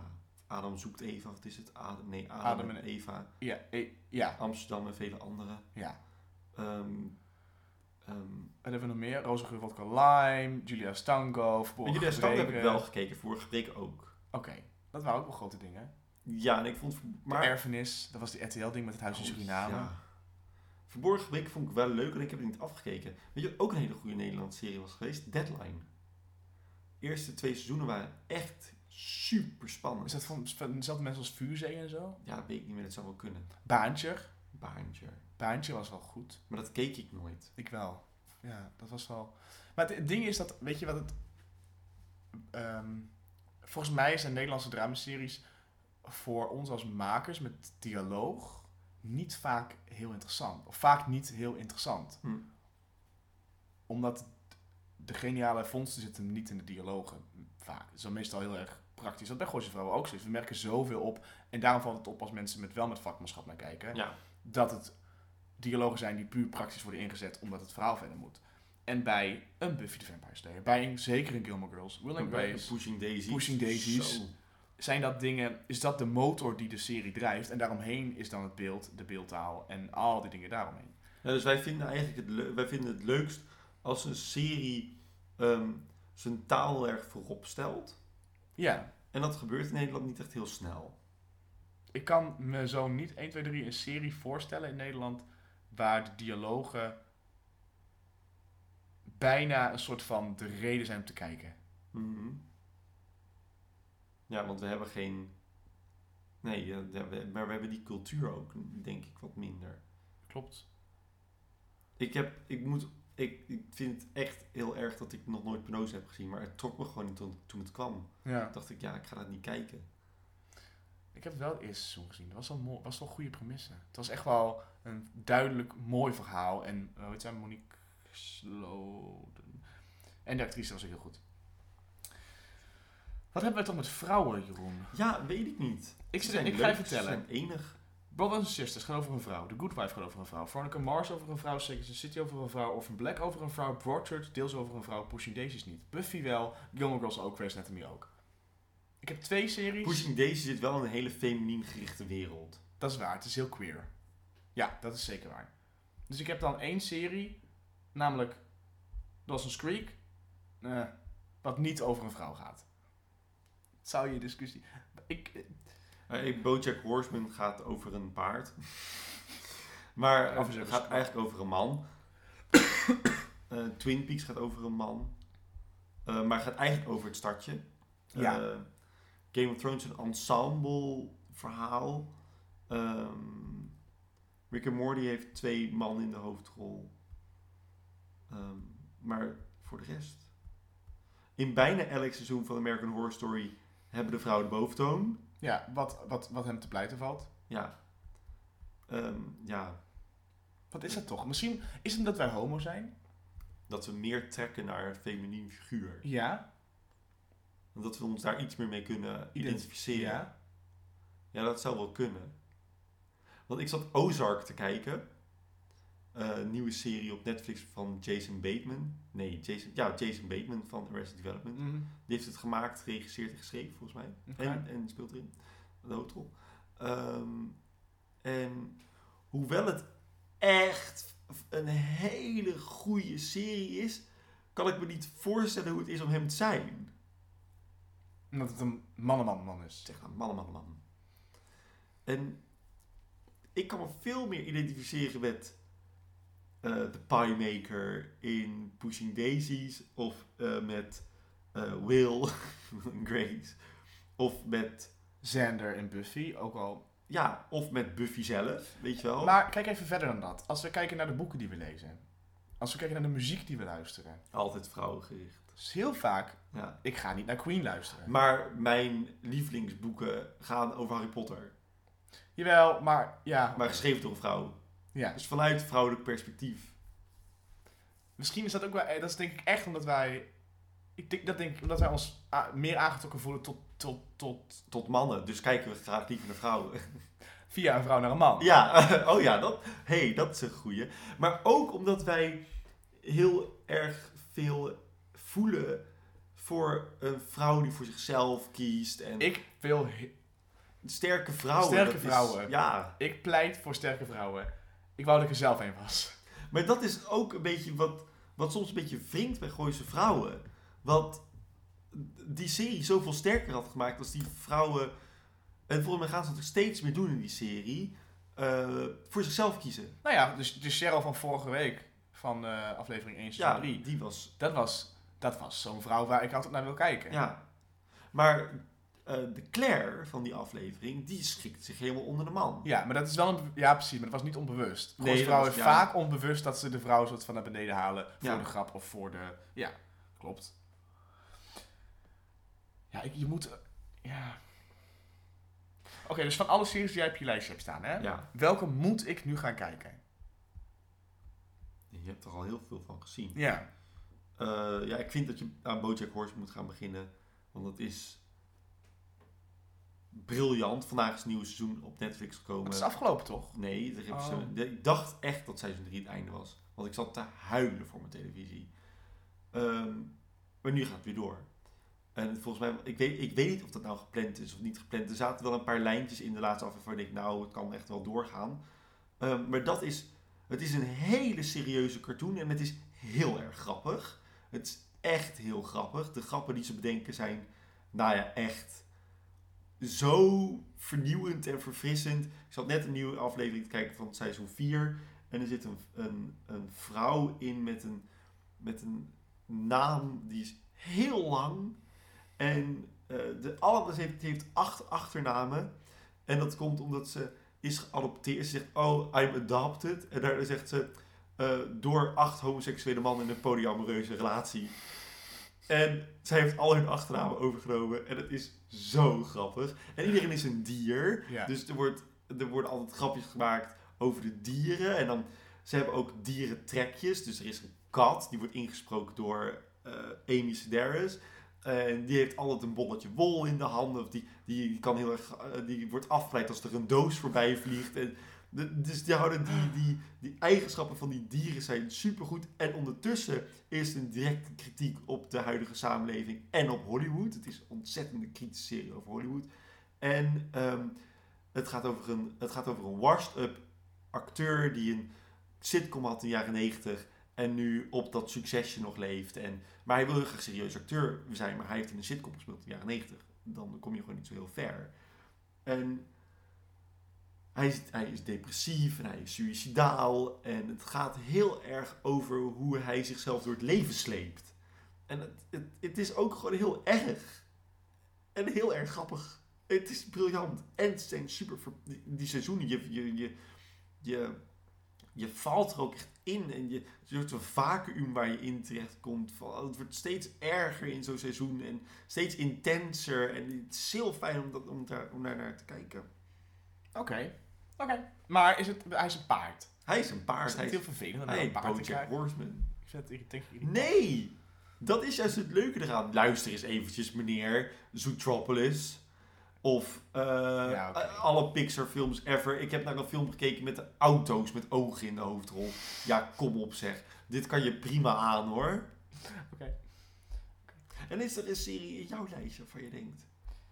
Adam zoekt Eva, wat is het? Adam, nee, Adam, Adam en en- Eva. Ja, eh, ja, Amsterdam en vele andere. ja. Ehm ehm Wat hebben we nog meer? Rozengeur Vodka Lime, Julia's Tango, Verborgen Julia Stang heb ik Gebreken. wel gekeken, Vorige Gebreken ook. Oké, dat waren ook wel grote dingen. Ja, en ik vond... Maar Maar, Erfenis, dat was die R T L-ding met het huis in Oh, Suriname. ja. Verborgen Gebreken vond ik wel leuk en ik heb het niet afgekeken. Weet je wat ook een hele goede Nederlandse serie was geweest? Deadline. De eerste twee seizoenen waren echt super spannend. Is dat van, van dezelfde mensen als Vuurzee en zo? Ja, weet ik niet meer, dat zou wel kunnen. Baantje. Baantje. Baantje was wel goed. Maar dat keek ik nooit. Ik wel. Ja, dat was wel... Maar het, het ding is dat, weet je wat het... ehm, volgens mij zijn Nederlandse dramaseries voor ons als makers met dialoog niet vaak heel interessant. Of vaak niet heel interessant. Hm. Omdat de geniale vondsten zitten niet in de dialogen vaak. Het is dan meestal heel erg praktisch. Dat bij Gooise Vrouwen ook zo is. We merken zoveel op. En daarom valt het op als mensen met wel met vakmanschap naar kijken. Ja. Dat het dialogen zijn die puur praktisch worden ingezet omdat het verhaal verder moet. En bij een Buffy the Vampire Slayer, bij een, zeker in Gilmore Girls, Will and Grace, Pushing Daisies. Pushing Daisies. Zo. zijn dat dingen, is dat de motor die de serie drijft. En daaromheen is dan het beeld, de beeldtaal en al die dingen daaromheen. Ja, dus wij vinden eigenlijk het, le- wij vinden het leukst als een serie ehm, zijn taal erg voorop stelt. Ja, En dat gebeurt in Nederland niet echt heel snel. ik kan me zo niet één, twee, drie een serie voorstellen in Nederland waar de dialogen bijna een soort van de reden zijn om te kijken. Mhm. Ja, want we hebben geen... Nee, ja, ja, we- maar we hebben die cultuur ook, denk ik, wat minder. Klopt. Ik heb, ik moet, ik, ik vind het echt heel erg dat ik nog nooit Penosa heb gezien, maar het trok me gewoon niet toen, toen het kwam. Ja. Toen dacht ik, ja, ik ga dat niet kijken. Ik heb wel het eerste seizoen gezien. Dat was wel, mooi, was wel een goede premisse. Het was echt wel een duidelijk mooi verhaal. En uh, hoe heet zij? Monique Sloden. En de actrice was ook heel goed. Wat hebben we toch met vrouwen, Jeroen? Ja, weet ik niet. Ik, Ze zit, zijn ik ga je leuk, vertellen. Ze zijn enig. Brothers and Sisters gaat over een vrouw. The Good Wife gaat over een vrouw. Veronica Mars over een vrouw. Sex and the City over een vrouw. Orphan Black over een vrouw. Broadchurch deels over een vrouw. Pushing Daisies niet. Buffy wel. Gilmore Girls ook. Grey's Anatomy ook. Ik heb twee series. Pushing Daisy zit wel in een hele feminien gerichte wereld. Dat is waar, het is heel queer. Ja, dat is zeker waar. Dus ik heb dan één serie, namelijk Dawson's Creek, eh, wat niet over een vrouw gaat. Zou je discussie... Ik, eh, Uh, BoJack Horseman gaat over een paard. maar Over het zijn gaat schaap. eigenlijk over een man. uh, Twin Peaks gaat over een man. Uh, maar gaat eigenlijk over het stadje. Ja. Uh, Game of Thrones is een ensemble verhaal. Um, Rick and Morty heeft twee mannen in de hoofdrol. Um, maar voor de rest... In bijna elk seizoen van American Horror Story hebben de vrouwen de boventoon. ja, wat, wat, wat hem te pleiten valt. Ja. Um, ja. Wat is dat toch? Misschien is het omdat wij homo zijn? Dat we meer trekken naar een feminien figuur. Ja. En dat we ons daar iets meer mee kunnen identificeren. Ja. Ja, dat zou wel kunnen. Want ik zat Ozark te kijken. Uh, een nieuwe serie op Netflix van Jason Bateman. Nee, Jason, ja, Jason Bateman van Arrested Development. Mhm. Die heeft het gemaakt, geregisseerd en geschreven volgens mij. Oké. En, en speelt erin. De hoofdrol. Um, en hoewel het echt een hele goede serie is, kan ik me niet voorstellen hoe het is om hem te zijn. Omdat het een man-man-man is. Zeg nou, man, man, man. En ik kan me veel meer identificeren met uh, de Piemaker in Pushing Daisies. Of uh, met uh, Will Grace. Of met... Xander en Buffy, ook al. Ja, of met Buffy zelf, weet je wel. Maar kijk even verder dan dat. Als we kijken naar de boeken die we lezen. Als we kijken naar de muziek die we luisteren. Altijd vrouwengericht. Dus heel vaak, Ja. ik ga niet naar Queen luisteren. Maar mijn lievelingsboeken gaan over Harry Potter. Jawel, maar ja. Maar geschreven door een vrouw. ja. Dus vanuit vrouwelijk perspectief. Misschien is dat ook wel, eh, dat is denk ik echt omdat wij, ik denk, dat denk ik omdat wij ons a- meer aangetrokken voelen tot, tot, tot, Tot mannen, dus kijken we graag liever naar vrouwen. via een vrouw naar een man. Ja, oh ja, dat, hey, dat is een goeie. Maar ook omdat wij heel erg veel voelen voor een vrouw die voor zichzelf kiest. En Ik wil he- sterke vrouwen. Sterke dat vrouwen. Is, ja. Ik pleit voor sterke vrouwen. Ik wou dat ik er zelf een was. Maar dat is ook een beetje wat, wat soms een beetje wringt bij Gooise Vrouwen. Wat die serie zoveel sterker had gemaakt als die vrouwen... En volgens mij gaan ze dat er steeds meer doen in die serie. Uh, voor zichzelf kiezen. Nou ja, dus de Cheryl van vorige week. Van uh, aflevering één, seizoen ja, drie. die was... Dat was, dat was zo'n vrouw waar ik altijd naar wil kijken. Ja. Maar uh, de Claire van die aflevering, die schikt zich helemaal onder de man. Ja, maar dat is wel een... Ja, precies. Maar dat was niet onbewust. Nee, de vrouw was, is ja. vaak onbewust dat ze de vrouw soort van naar beneden halen. Voor ja. de grap of voor de... Ja, klopt. Ja, ik, je moet... Ja... Oké, okay, dus van alle series die jij op je lijstje hebt staan, hè? Ja. Welke moet ik nu gaan kijken? Je hebt er al heel veel van gezien. Ja. Uh, ja, ik vind dat je aan BoJack Horseman moet gaan beginnen. Want het is briljant. Vandaag is het nieuwe seizoen op Netflix gekomen. Het is afgelopen, toch? Nee, er oh. zo, de, ik dacht echt dat seizoen drie het einde was. Want ik zat te huilen voor mijn televisie. Um, maar nu gaat het weer door. En volgens mij, ik weet, ik weet niet of dat nou gepland is of niet gepland. Er zaten wel een paar lijntjes in de laatste aflevering waar ik denk, nou, het kan echt wel doorgaan. Um, maar dat is, het is een hele serieuze cartoon en het is heel erg grappig. Het is echt heel grappig. De grappen die ze bedenken zijn, nou ja, echt zo vernieuwend en verfrissend. Ik zat net een nieuwe aflevering te kijken van seizoen vier. En er zit een, een, een vrouw in met een, met een naam die is heel lang. En uh, de, alle, ze heeft, heeft acht achternamen. En dat komt omdat ze is geadopteerd. Ze zegt, oh, I'm adopted. En daar zegt ze, uh, door acht homoseksuele mannen in een polyamoreuze relatie. En zij heeft al hun achternamen overgenomen. En het is zo grappig. En iedereen is een dier. Ja. Dus er, wordt, er worden altijd grapjes gemaakt over de dieren. En dan, ze hebben ook dierentrekjes. Dus er is een kat, die wordt ingesproken door uh, Amy Sedaris. En die heeft altijd een bolletje wol in de handen. Of die, die, kan heel erg, uh, die wordt afgeleid als er een doos voorbij vliegt. En de, dus die, houden die, die, die eigenschappen van die dieren zijn supergoed. En ondertussen is het een directe kritiek op de huidige samenleving en op Hollywood. Het is een ontzettende kritische serie over Hollywood. En um, het, gaat over een, het gaat over een washed-up acteur die een sitcom had in de jaren negentig. En nu op dat Succession nog leeft. En, maar hij wil heel graag serieus acteur zijn. Maar hij heeft in een sitcom gespeeld in de jaren negentig. Dan kom je gewoon niet zo heel ver. En hij is, hij is depressief en hij is suïcidaal. En het gaat heel erg over hoe hij zichzelf door het leven sleept. En het, het, het is ook gewoon heel erg. En heel erg grappig. Het is briljant. En het zijn super... Die, die seizoenen, je... je, je, je Je valt er ook echt in en je soort een vacuüm waar je in terecht komt. Het wordt steeds erger in zo'n seizoen en steeds intenser. En het is heel fijn om, dat, om, daar, om daar naar te kijken. Oké, okay. oké. Okay. Maar is het, hij is een paard. Hij is een paard. Is het hij heel is, vervelend om hij een paard te krijgen? Horseman. Ik vind het denk ik niet. Nee, dat is juist het leuke eraan. Luister eens eventjes meneer Zootropolis. Of uh, ja, okay. alle Pixar films ever. Ik heb naar een film gekeken met de auto's met ogen in de hoofdrol. Ja, kom op zeg. Dit kan je prima aan hoor. Oké. Okay. Okay. En is er een serie in jouw lijstje waarvan je denkt?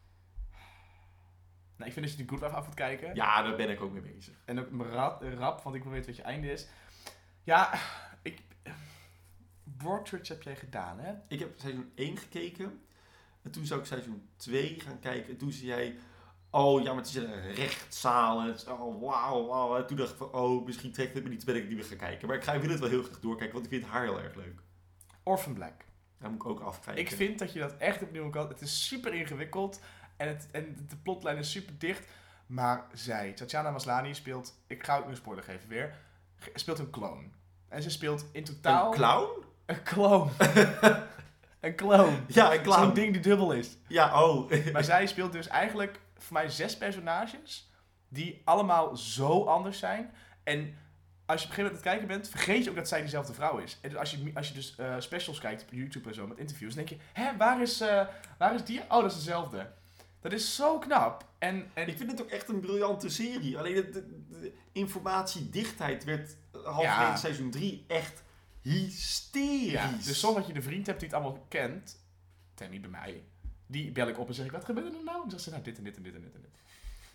Nou, ik vind dat je de Good Life af moet kijken. Ja, daar ben ik ook mee bezig. En ook mijn rap, rap, want ik wil weten wat je einde is. Ja, ik... Broadchurch heb jij gedaan, hè? Ik heb seizoen één gekeken. En toen zou ik seizoen twee gaan kijken. En toen zei jij, oh ja, maar het is een rechtszaal. En het is, oh wauw, wauw. En toen dacht ik van, oh, misschien trekt het me niet. Toen ben ik niet meer gaan kijken. Maar ik, ga, ik wil het wel heel graag doorkijken, want ik vind haar heel erg leuk. Orphan Black. Daar moet ik ook afkijken. Ik vind dat je dat echt opnieuw kan. Het is super ingewikkeld. En, het, en de plotlijn is super dicht. Maar zij, Tatiana Maslany, speelt, ik ga ook een spoiler geven weer, speelt een clone. En ze speelt in totaal... Een clown? Een clone. Een clown. Ja, een clown. Zo'n ding die dubbel is. Ja, oh. Maar zij speelt dus eigenlijk voor mij zes personages die allemaal zo anders zijn. En als je op een gegeven moment aan het kijken bent, vergeet je ook dat zij diezelfde vrouw is. En dus als je, als je dus uh, specials kijkt op YouTube en zo met interviews, dan denk je, hè, waar is, uh, waar is die? Oh, dat is dezelfde. Dat is zo knap. En, en ik vind het ook echt een briljante serie. Alleen de, de, de informatiedichtheid werd halverwege ja. seizoen drie echt hysterisch. Ja, dus zonder dat je de vriend hebt die het allemaal kent, Tammy bij mij, die bel ik op en zeg ik, wat gebeurt er nou? En dan zegt ze, nou dit en dit en dit en dit en dit.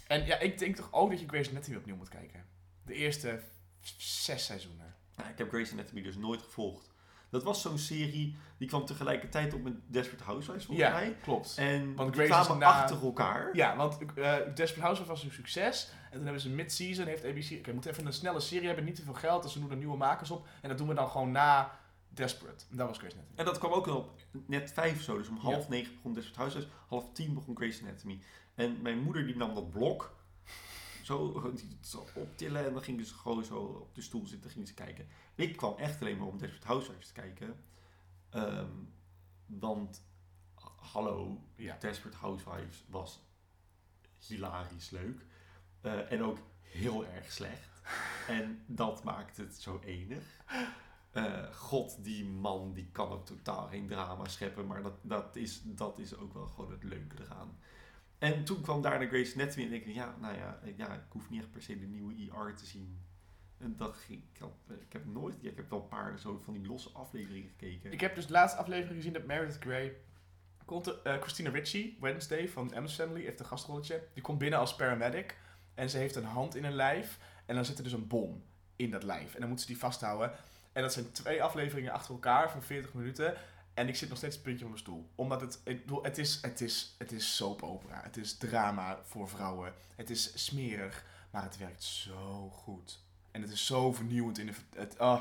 En ja, ik denk toch ook dat je Grey's Anatomy opnieuw moet kijken. De eerste zes seizoenen. Ja, ik heb Grey's Anatomy dus nooit gevolgd. Dat was zo'n serie, die kwam tegelijkertijd op met Desperate Housewives volgens Ja, mij. klopt. En Want die Grey's is kwamen na- achter elkaar. Ja, want uh, Desperate Housewives was een succes. En toen hebben ze mid-season, heeft A B C... Oké, we moeten even een snelle serie hebben, niet te veel geld. Dus we doen er nieuwe makers op. En dat doen we dan gewoon na Desperate. En dat was Grey's Anatomy. En dat kwam ook wel op net vijf zo. Dus om half Ja. negen begon Desperate Housewives, half tien begon Grey's Anatomy. En mijn moeder die nam dat blok, zo, die zat optillen en dan ging ze gewoon zo op de stoel zitten, ging ze kijken. Ik kwam echt alleen maar om Desperate Housewives te kijken. Um, want, hallo, Ja. Desperate Housewives was hilarisch leuk. Uh, en ook heel erg slecht. En dat maakt het zo enig. Uh, God, die man, die kan ook totaal geen drama scheppen. Maar dat, dat, is, dat is ook wel gewoon het leuke eraan. En toen kwam daar naar Grey's Anatomy en ik dacht, ja, nou ja, ja, ik hoef niet echt per se de nieuwe E R te zien. En dat ging, ik, had, ik heb nooit, ja, ik heb wel een paar zo van die losse afleveringen gekeken. Ik heb dus de laatste aflevering gezien met Meredith Grey. Komt uh, Christina Ricci, Wednesday van Addams Family, heeft een gastrolletje. Die komt binnen als paramedic. En ze heeft een hand in een lijf. En dan zit er dus een bom in dat lijf. En dan moet ze die vasthouden. En dat zijn twee afleveringen achter elkaar van veertig minuten. En ik zit nog steeds een puntje op mijn stoel. Omdat het, ik bedoel, het is, het is, het is soap opera. Het is drama voor vrouwen. Het is smerig. Maar het werkt zo goed. En het is zo vernieuwend in de... Het, oh.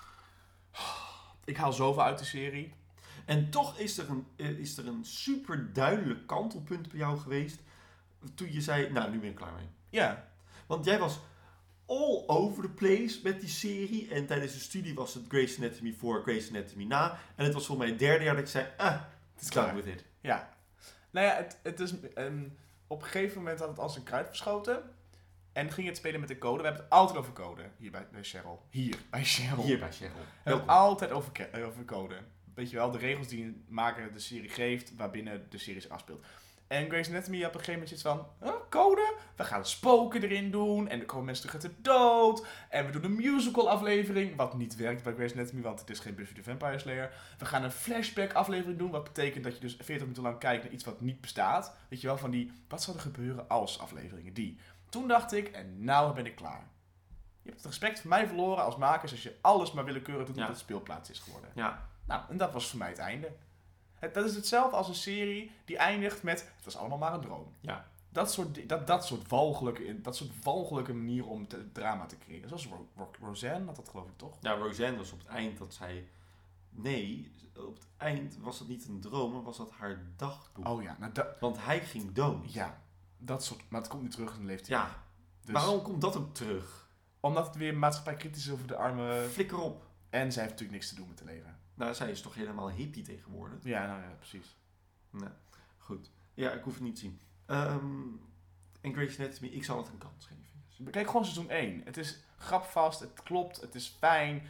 Ik haal zoveel uit de serie. En toch is er een, is er een super duidelijk kantelpunt bij jou geweest. Toen je zei, nou, nu ben ik klaar mee. Ja. Want jij was all over the place met die serie. En tijdens de studie was het Grey's Anatomy voor, Grey's Anatomy na. En het was voor mij het derde jaar dat ik zei, ah, Het is done klaar. with it. Ja. Nou ja, het, het is... Um, op een gegeven moment had het als een kruid verschoten. En ging het spelen met de code. We hebben het altijd over code. Hier bij, bij Cheryl. Hier bij Cheryl. Hier bij Cheryl. We hebben het altijd over, over code. Weet je wel, de regels die een maker de serie geeft, waarbinnen de serie zich afspeelt. En Grey's Anatomy had op een gegeven moment iets van, oh, code? We gaan spoken erin doen. En er komen mensen terug uit de dood. En we doen een musical aflevering. Wat niet werkt bij Grey's Anatomy, want het is geen Buffy the Vampire Slayer. We gaan een flashback aflevering doen. Wat betekent dat je dus veertig minuten lang kijkt naar iets wat niet bestaat. Weet je wel, van die, wat zou er gebeuren als afleveringen? Die. Toen dacht ik, en nou ben ik klaar. Je hebt het respect voor mij verloren als makers als je alles maar willekeurig doet Ja. omdat het speelplaats is geworden. Ja. Nou, en dat was voor mij het einde. Het, dat is hetzelfde als een serie die eindigt met, het was allemaal maar een droom. Ja. Dat soort, di- dat, dat soort walgelijke, dat soort walgelijke manieren om te, drama te creëren. Zoals Ro- Ro- Roseanne had dat geloof ik toch? Ja, Roseanne was op het eind dat zij... Nee, op het eind was dat niet een droom, maar was dat haar dagboek. Oh ja, nou dat, Want hij ging dood. ja, dat soort, maar het komt niet terug en leeft. Ja. Dus, Waarom komt dat ook terug? Omdat het weer maatschappij kritisch is over de arme... Flikker op. En zij heeft natuurlijk niks te doen met het leven. Nou, zij is toch helemaal hippie tegenwoordig? Ja, nou ja, precies. Nee, goed. Ja, ik hoef het niet te zien. Um, en Grey's Anatomy, ik zal het een kans geven. Dus. Kijk gewoon seizoen één. Het is grapvast, het klopt, het is fijn.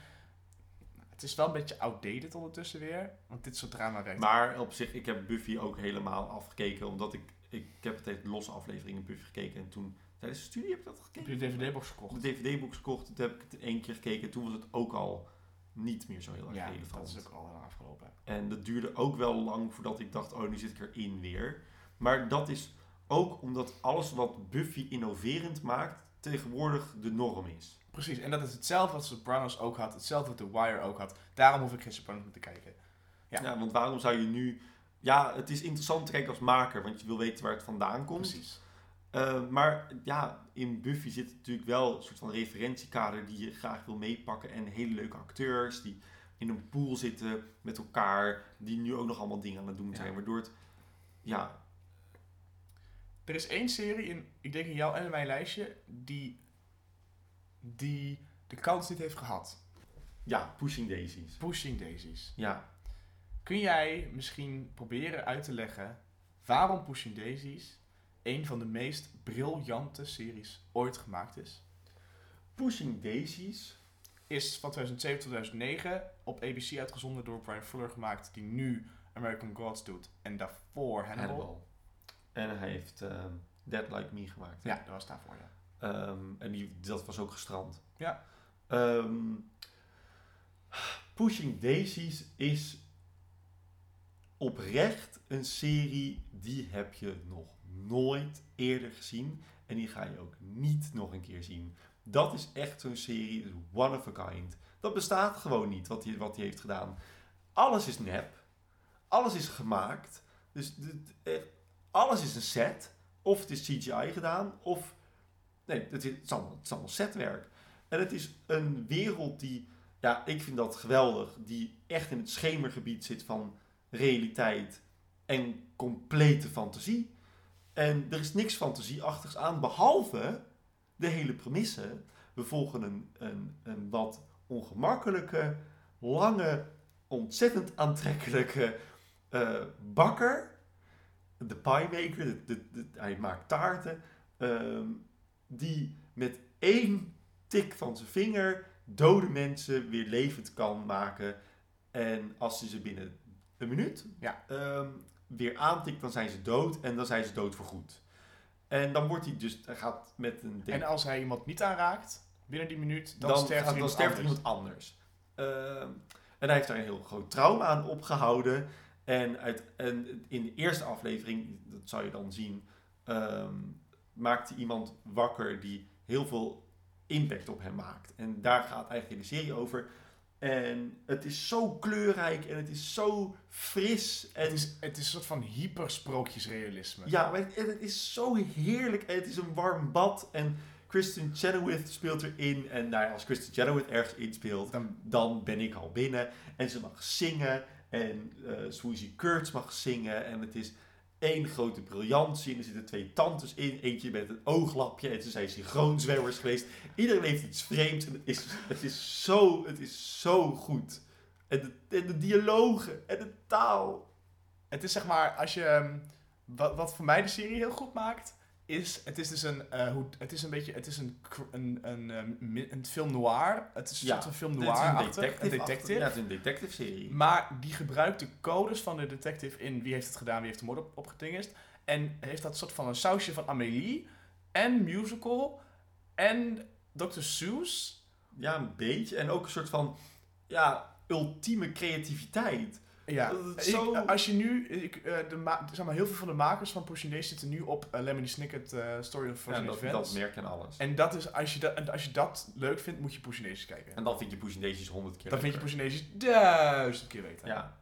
Het is wel een beetje outdated ondertussen weer. Want dit soort drama werkt. Maar op zich, ik heb Buffy ook helemaal afgekeken. Omdat ik, ik, ik heb altijd losse afleveringen Buffy gekeken. En toen, tijdens de studie heb ik dat Heb gekeken. je de D V D-box gekocht? De D V D-box gekocht, toen heb ik het één keer gekeken. Toen was het ook al niet meer zo heel erg Ja, relevant. dat is ook al lang afgelopen. En dat duurde ook wel lang voordat ik dacht, oh, nu zit ik erin weer. Maar dat is ook omdat alles wat Buffy innoverend maakt, tegenwoordig de norm is. Precies, en dat is hetzelfde wat Sopranos ook had. Hetzelfde wat The Wire ook had. Daarom hoef ik geen Sopranos meer te kijken. Ja. Ja, want waarom zou je nu... Ja, het is interessant te kijken als maker, want je wil weten waar het vandaan komt. Precies. Uh, maar ja, in Buffy zit natuurlijk wel een soort van referentiekader die je graag wil meepakken. En hele leuke acteurs die in een pool zitten met elkaar, die nu ook nog allemaal dingen aan het doen zijn. Ja. Waardoor het, ja... Er is één serie, in, ik denk in jouw en in mijn lijstje, die, die de kans niet heeft gehad. Ja, Pushing Daisies. Pushing Daisies. Ja. Kun jij misschien proberen uit te leggen waarom Pushing Daisies een van de meest briljante series ooit gemaakt is? Pushing Daisies Is van tweeduizend zeven tot tweeduizend negen op A B C uitgezonden door Brian Fuller gemaakt, die nu American Gods doet en daarvoor Hannibal. Hannibal. En hij heeft um, Dead Like Me gemaakt. Ja, dat was daarvoor, ja. Um, en die, dat was ook gestrand. Ja. Um, Pushing Daisies is oprecht een serie die heb je nog nooit eerder gezien. En die ga je ook niet nog een keer zien. Dat is echt zo'n serie, dus one of a kind. Dat bestaat gewoon niet, wat hij wat hij heeft gedaan. Alles is nep. Alles is gemaakt. Dus echt, alles is een set. Of het is C G I gedaan, of... Nee, het is, het is allemaal, het is allemaal setwerk. En het is een wereld die... Ja, ik vind dat geweldig. Die echt in het schemergebied zit van realiteit en complete fantasie. En er is niks fantasieachtigs aan, behalve de hele premisse. We volgen een, een, een wat ongemakkelijke, lange, ontzettend aantrekkelijke uh, bakker. De piemaker, de, de, de, hij maakt taarten. Um, die met één tik van zijn vinger dode mensen weer levend kan maken. En als hij ze binnen een minuut ja. um, weer aantikt, dan zijn ze dood. En dan zijn ze dood voor goed. En dan wordt hij dus, hij gaat met een... En als hij iemand niet aanraakt, binnen die minuut, dan, dan sterft, gaat, er dan sterft er iemand anders. Um, en hij heeft daar een heel groot trauma aan opgehouden. En, uit, en in de eerste aflevering, dat zou je dan zien, um, maakt hij iemand wakker die heel veel impact op hem maakt. En daar gaat eigenlijk de serie over. En het is zo kleurrijk en het is zo fris. En het, is, het is een soort van hypersprookjesrealisme. Ja, maar het, het is zo heerlijk en het is een warm bad. En Kristen Chenoweth speelt erin. En nou ja, als Kristen Chenoweth ergens inspeelt, dan, dan ben ik al binnen. En ze mag zingen. En uh, Swoosie Kurtz mag zingen. En het is één grote briljantie. En er zitten twee tantes in. Eentje met een ooglapje. En ze zijn synchroonzwemmers geweest. Iedereen heeft iets vreemds. En het is, het is, zo, het is zo goed. En de, en de dialogen. En de taal. Het is zeg maar, als je... Wat, wat voor mij de serie heel goed maakt... Is, het is dus een, uh, hoe, het is een beetje, het is een, een, een, een, een film noir. Het is een ja, soort van film noir-achtig, een, een detective. Ja, het is een detective-serie. Maar die gebruikt de codes van de detective in wie heeft het gedaan, wie heeft de moord op, opgetingest. En heeft dat soort van een sausje van Amélie en musical en dokter Seuss. Ja, een beetje. En ook een soort van, ja, ultieme creativiteit. Ja, zo... ik, als je nu, ik, uh, de ma- zeg maar, heel veel van de makers van Pushing Daisies zitten nu op uh, Lemony Snicket uh, Story of Frozen ja, dat, Events. dat merk je aan alles. En dat is, als je, da- als je dat leuk vindt, moet je Pushing Daisies kijken. En dan vind je Pushing Daisies honderd keer Dan leuker. vind je Pushing Daisies duizend keer beter. Ja.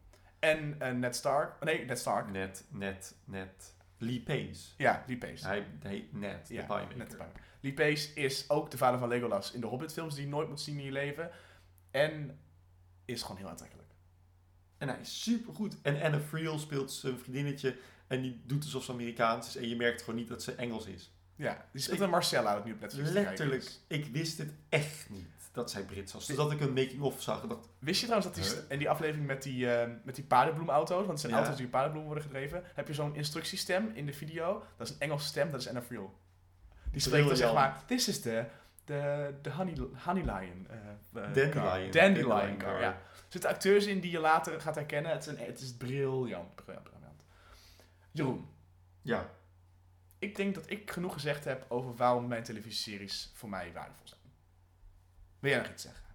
En uh, Ned Stark, nee, Ned Stark. Ned, Ned, Ned. Lee Pace. Ja, Lee Pace. Hij heet Ned, ja, de piemaker. Ned de piemaker. Lee Pace is ook de vader van Legolas in de Hobbit films die je nooit moet zien in je leven. En is gewoon heel aantrekkelijk. En hij is supergoed. En Anna Friel speelt zijn vriendinnetje en die doet alsof ze Amerikaans is. En je merkt gewoon niet dat ze Engels is. Ja, die speelt een Marcella uit nu op Netflix. Letterlijk, ik wist het echt niet dat zij Brits was. Dus dat ik een making-of zag en dacht... Wist je trouwens dat die, huh? in die aflevering met die, uh, met die paardenbloemauto's, want het zijn ja. auto's die in paardenbloemen worden gedreven, heb je zo'n instructiestem in de video. Dat is een Engelse stem, dat is Anna Friel. Die spreekt dan zeg maar, this is the, the, the honey, honey lion. Uh, uh, Dandelion. Dandelion car, ja. Er zitten acteurs in die je later gaat herkennen. Het is, een, het is briljant, briljant, briljant. Jeroen. Ja. Ik denk dat ik genoeg gezegd heb over waarom mijn televisieseries voor mij waardevol zijn. Wil jij nog iets zeggen?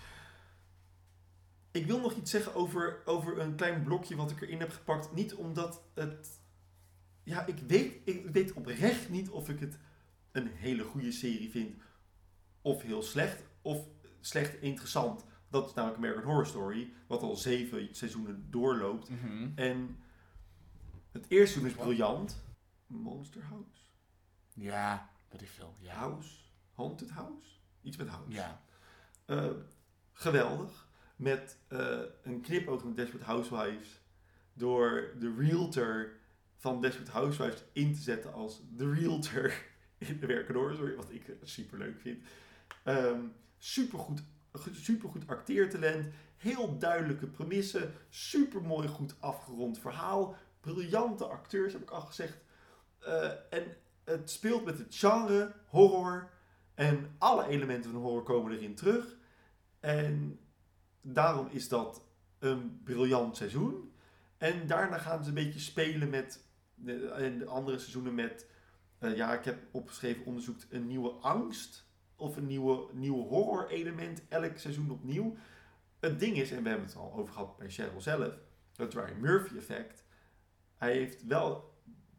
Ik wil nog iets zeggen over, over een klein blokje wat ik erin heb gepakt. Niet omdat het... Ja, ik weet, ik weet oprecht niet of ik het een hele goede serie vind. Of heel slecht. Of slecht interessant. Dat is namelijk American Horror Story. Wat al zeven seizoenen doorloopt. Mm-hmm. En het eerste seizoen is briljant. Monster House? Ja, wat ik veel. Ja. House? Haunted House? Iets met house. Ja. Uh, geweldig. Met uh, een knipoog naar Desperate Housewives. Door de realtor van Desperate Housewives in te zetten als de realtor in de American Horror Story. Wat ik super leuk vind. Um, supergoed, supergoed acteertalent. Heel duidelijke premissen. Super mooi goed afgerond verhaal. Briljante acteurs heb ik al gezegd. Uh, en het speelt met het genre horror. En alle elementen van horror komen erin terug. En daarom is dat een briljant seizoen. En daarna gaan ze een beetje spelen met... De, en de andere seizoenen met... Uh, ja, ik heb opgeschreven onderzoek een nieuwe angst. Of een nieuwe, nieuwe horror element. Elk seizoen opnieuw. Het ding is, en we hebben het al over gehad bij Cheryl zelf. Het Ryan Murphy effect. Hij heeft wel...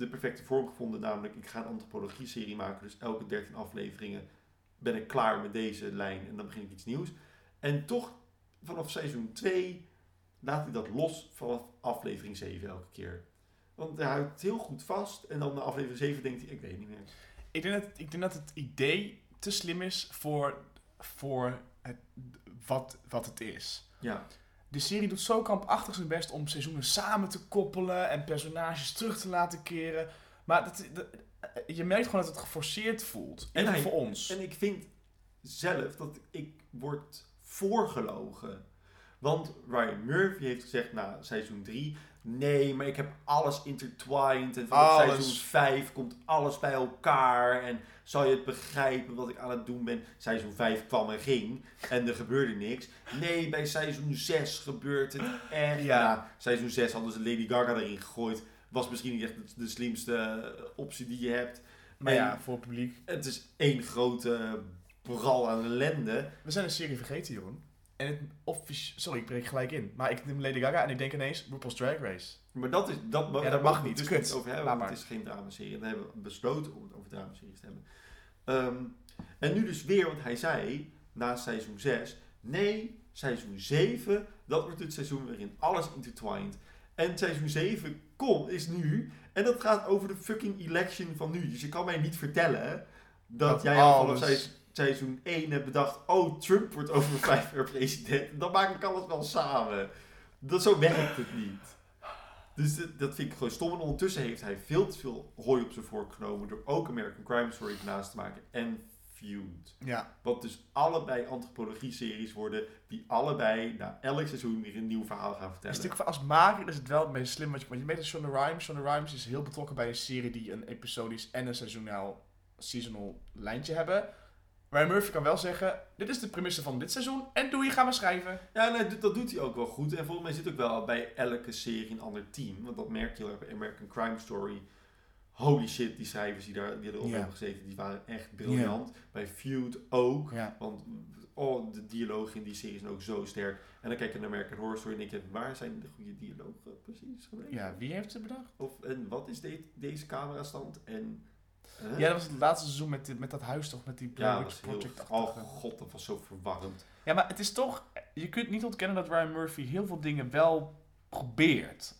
de perfecte vorm gevonden. Namelijk, ik ga een antropologie-serie maken. Dus elke dertien afleveringen ben ik klaar met deze lijn. En dan begin ik iets nieuws. En toch, vanaf seizoen twee laat hij dat los vanaf aflevering zeven elke keer. Want hij houdt het heel goed vast. En dan na aflevering zeven denkt hij, ik weet het niet meer. Ik denk dat, ik denk dat het idee te slim is voor, voor het, wat, wat het is. Ja. De serie doet zo krampachtig zijn best om seizoenen samen te koppelen en personages terug te laten keren. Maar dat, dat, je merkt gewoon dat het geforceerd voelt. En hij, voor ons. En ik vind zelf dat ik word voorgelogen. Want Ryan Murphy heeft gezegd na seizoen drie... Nee, maar ik heb alles intertwined. En vanaf Alles. seizoen vijf komt alles bij elkaar. En zal je het begrijpen wat ik aan het doen ben? Seizoen vijf kwam en ging. En er gebeurde niks. Nee, bij seizoen zes gebeurt het echt. Ja. Nou, seizoen zes hadden ze Lady Gaga erin gegooid. Was misschien niet echt de slimste optie die je hebt. Maar en ja, voor het publiek. Het is één grote bral aan ellende. We zijn een serie vergeten, Jeroen. En het offici- Sorry, ik breek gelijk in. Maar ik neem Lady Gaga en ik denk ineens RuPaul's Drag Race. Maar dat is... Dat, Ja, dat daar mag mogen we niet. Dus Kut. niet over hebben, Laat want maar. het is geen dramaserie. We hebben besloten om het over dramaseries te hebben. Um, en nu dus weer, want hij zei, na seizoen zes... Nee, seizoen zeven, dat wordt het seizoen waarin alles intertwined. En seizoen zeven kom, is nu... En dat gaat over de fucking election van nu. Dus je kan mij niet vertellen dat, Dat jij al alles- vanaf seizoen, seizoen één hebt bedacht... Oh, Trump wordt over vijf jaar president. Dan maak ik alles wel samen. Dat, zo werkt het niet. Dus dat, dat vind ik gewoon stom. En ondertussen heeft hij veel te veel hooi op zijn vork genomen... door ook American Crime Story naast te maken en Feud. Ja. Wat dus allebei antropologie-series worden... die allebei na elk seizoen weer een nieuw verhaal gaan Een vertellen. stuk van als maker is het wel het meest slim wat je... Want je weet dat Shonda Rhimes... Shonda Rhimes is heel betrokken bij een serie die een episodisch en een seizonaal seasonal lijntje hebben. Ryan Murphy kan wel zeggen... Dit is de premisse van dit seizoen en doe je, gaan we schrijven. Ja, nee, dat- dat doet hij ook wel goed. En volgens mij zit ook wel bij elke serie een ander team. Want dat merk je heel erg bij American Crime Story. Holy shit, die schrijvers die, daar, die erop Ja. hebben gezeten, die waren echt briljant. Bij Feud ook. Ja. Want oh, de dialogen in die serie zijn ook zo sterk. En dan kijk je naar American Horror Story en denk je, waar zijn de goede dialogen precies geweest? Ja, wie heeft ze bedacht? Of, en wat is de, deze camerastand? En, huh? Ja, dat was het laatste seizoen met, dit- met dat huis toch? Met die Ja, Blair dat Witch was heel, Project oh achtige. god, dat was zo verwarrend. Ja, maar het is toch... Je kunt niet ontkennen dat Ryan Murphy heel veel dingen wel probeert.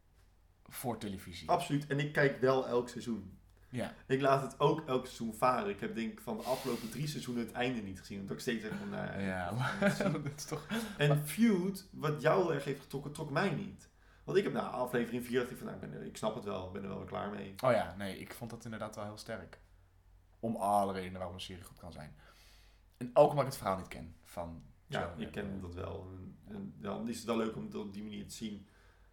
Voor televisie. Absoluut, en ik kijk wel elk seizoen. Ja. Ik laat het ook elk seizoen varen. Ik heb denk ik van de afgelopen drie seizoenen het einde niet gezien. Omdat ik steeds zeg van, nou Ja, ja. dat is toch... En Feud, wat jou heel erg heeft getrokken, trok mij niet. Want ik heb na aflevering vier dacht ik van, nou, ik, ben er, ik snap het wel. Ik ben er wel weer klaar mee. Oh ja, nee, ik vond dat inderdaad wel heel sterk. Om alle redenen waarom een serie goed kan zijn. En ook omdat ik het verhaal niet ken van Ja, Joe ik en, ken eh, dat wel. En, en dan is het wel leuk om het op die manier te zien.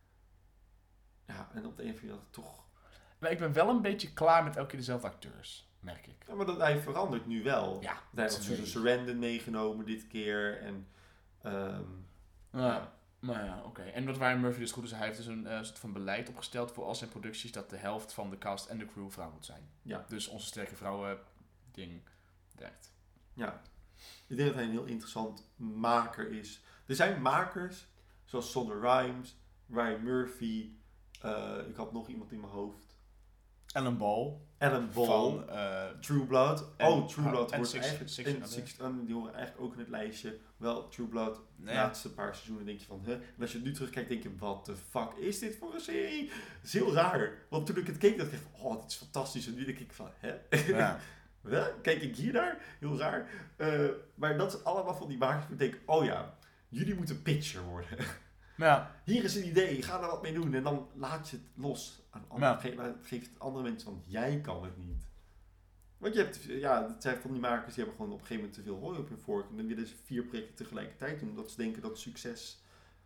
Ja, en op de een of andere manier toch... Maar ik ben wel een beetje klaar met elke keer dezelfde acteurs, merk ik. Ja, maar dat, hij verandert nu wel. Ja, Hij had dat is Susan een Sarandon meegenomen dit keer. En... ehm, Ja, nou ja, oké. En wat Ryan Murphy dus goed is, hij heeft dus een eh, soort van beleid opgesteld voor al zijn producties dat de helft van de cast en de crew vrouw moet zijn. Ja. Dus onze sterke vrouwen ding werkt. Ja, ik denk dat hij een heel interessant maker is. Er zijn makers, zoals Shonda Rhimes, Ryan Murphy, uh, ik had nog iemand in mijn hoofd. Ellen Ball. Alan Ball, Van, uh, True Blood. en- oh, True Blood en wordt Six- eigenlijk, Six en Under. Six Under, die horen eigenlijk ook in het lijstje. Wel, True Blood, de nee. laatste paar seizoenen denk je van, huh? En als je het nu terugkijkt, denk je, wat de fuck is dit voor een serie? Dat is heel raar. Want toen ik het keek, dacht ik van, oh, dit is fantastisch. En nu denk ik van, hè? Ja. Wel, kijk ik hier naar? Heel raar. Uh, maar dat is allemaal van die makers. Ik denk, oh ja, jullie moeten pitcher worden. Ja. Hier is een idee, ga er wat mee doen. En dan laat je het los aan anderen. Ja. Geef, geef het andere mensen, want jij kan het niet. Want je hebt, ja, het zijn van die makers die hebben gewoon op een gegeven moment te veel hooi op hun vork. En dan willen ze vier projecten tegelijkertijd doen. Omdat ze denken dat succes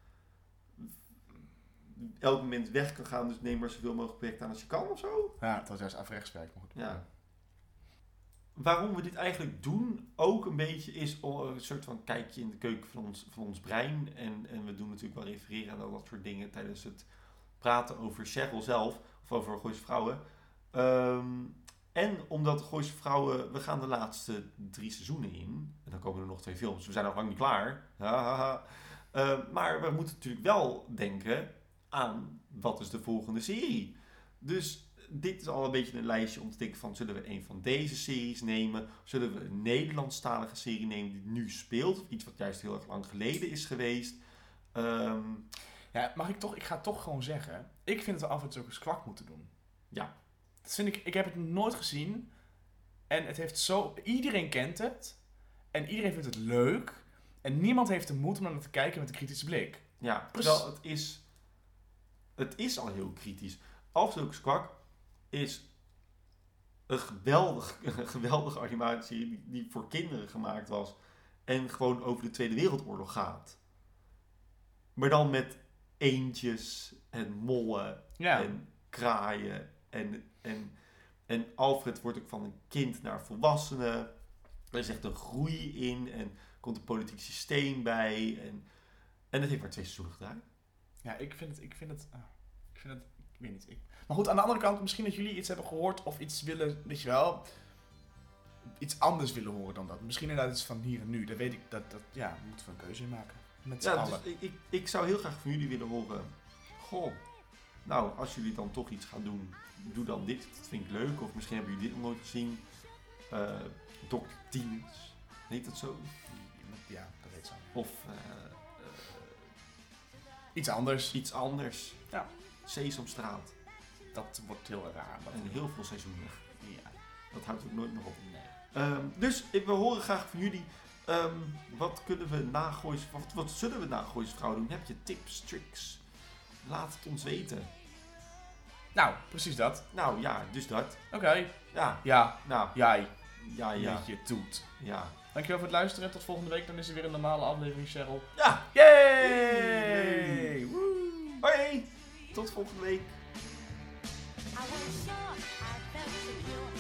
elk moment weg kan gaan. Dus neem maar zoveel mogelijk projecten aan als je kan of zo. Ja, het was juist afrechts werk, maar goed. Ja. Waarom we dit eigenlijk doen, ook een beetje, is een soort van kijkje in de keuken van ons, van ons brein. En, en we doen natuurlijk wel refereren aan al dat soort dingen tijdens het praten over Cheryl zelf, of over Gooise Vrouwen. Um, en omdat Gooise Vrouwen, we gaan de laatste drie seizoenen in. En dan komen er nog twee films, we zijn nog lang niet klaar. uh, maar we moeten natuurlijk wel denken aan, wat is de volgende serie? Dus dit is al een beetje een lijstje om te denken van, zullen we een van deze series nemen? Zullen we een Nederlandstalige serie nemen die nu speelt? Of iets wat juist heel erg lang geleden is geweest? Um, Ja, mag ik toch? Ik ga toch gewoon zeggen. Ik vind dat we af en toe ook eens kwak moeten doen. Ja. Dat vind ik, ik heb het nooit gezien. En het heeft zo... Iedereen kent het. En iedereen vindt het leuk. En niemand heeft de moed om naar te kijken met een kritische blik. Ja, terwijl het is... Het is al heel kritisch. Afzoekers Kwak is een geweldig, een geweldige animatie die, die voor kinderen gemaakt was. En gewoon over de Tweede Wereldoorlog gaat. Maar dan met eendjes en mollen Ja. en kraaien. En, en, en Alfred wordt ook van een kind naar volwassene. Er is echt een groei in en komt een politiek systeem bij. En, en het heeft maar twee seizoenen gedaan. Ja, ik vind het... Ik vind het... ah, ik vind het... Ik weet niet. Ik, maar goed, aan de andere kant, misschien dat jullie iets hebben gehoord of iets willen, weet je wel, iets anders willen horen dan dat. Misschien inderdaad iets van hier en nu. Dat weet ik, dat, dat ja, we moeten we een keuze in maken. Met z'n Ja, allen. dus ik, ik, ik zou heel graag van jullie willen horen. Goh, nou, als jullie dan toch iets gaan doen, doe dan dit. Dat vind ik leuk. Of misschien hebben jullie dit nog nooit gezien. Uh, dokter Tieners. Heet dat zo? Ja, dat weet zo. Of uh, uh, iets anders. Iets anders. Ja. Sesamstraat. Dat wordt heel raar. Dat en heel veel seizoenen. Ja. Dat houdt ook nooit meer op. Nee. Um, dus ik wil horen graag van jullie. Um, wat kunnen we nagoois, wat, wat zullen we nagoois vrouw doen? Heb je tips, tricks? Laat het ons weten. Nou, precies dat. Nou ja, dus dat. Oké. Okay. Ja. Ja. Nou. Jij. Ja, ja. Dat je het doet. Ja. Dankjewel voor het luisteren. Tot volgende week. Dan is er weer een normale aflevering, Cheryl. Ja. Yay! Woe! Hoi. Tot volgende week. I was sure I felt secure.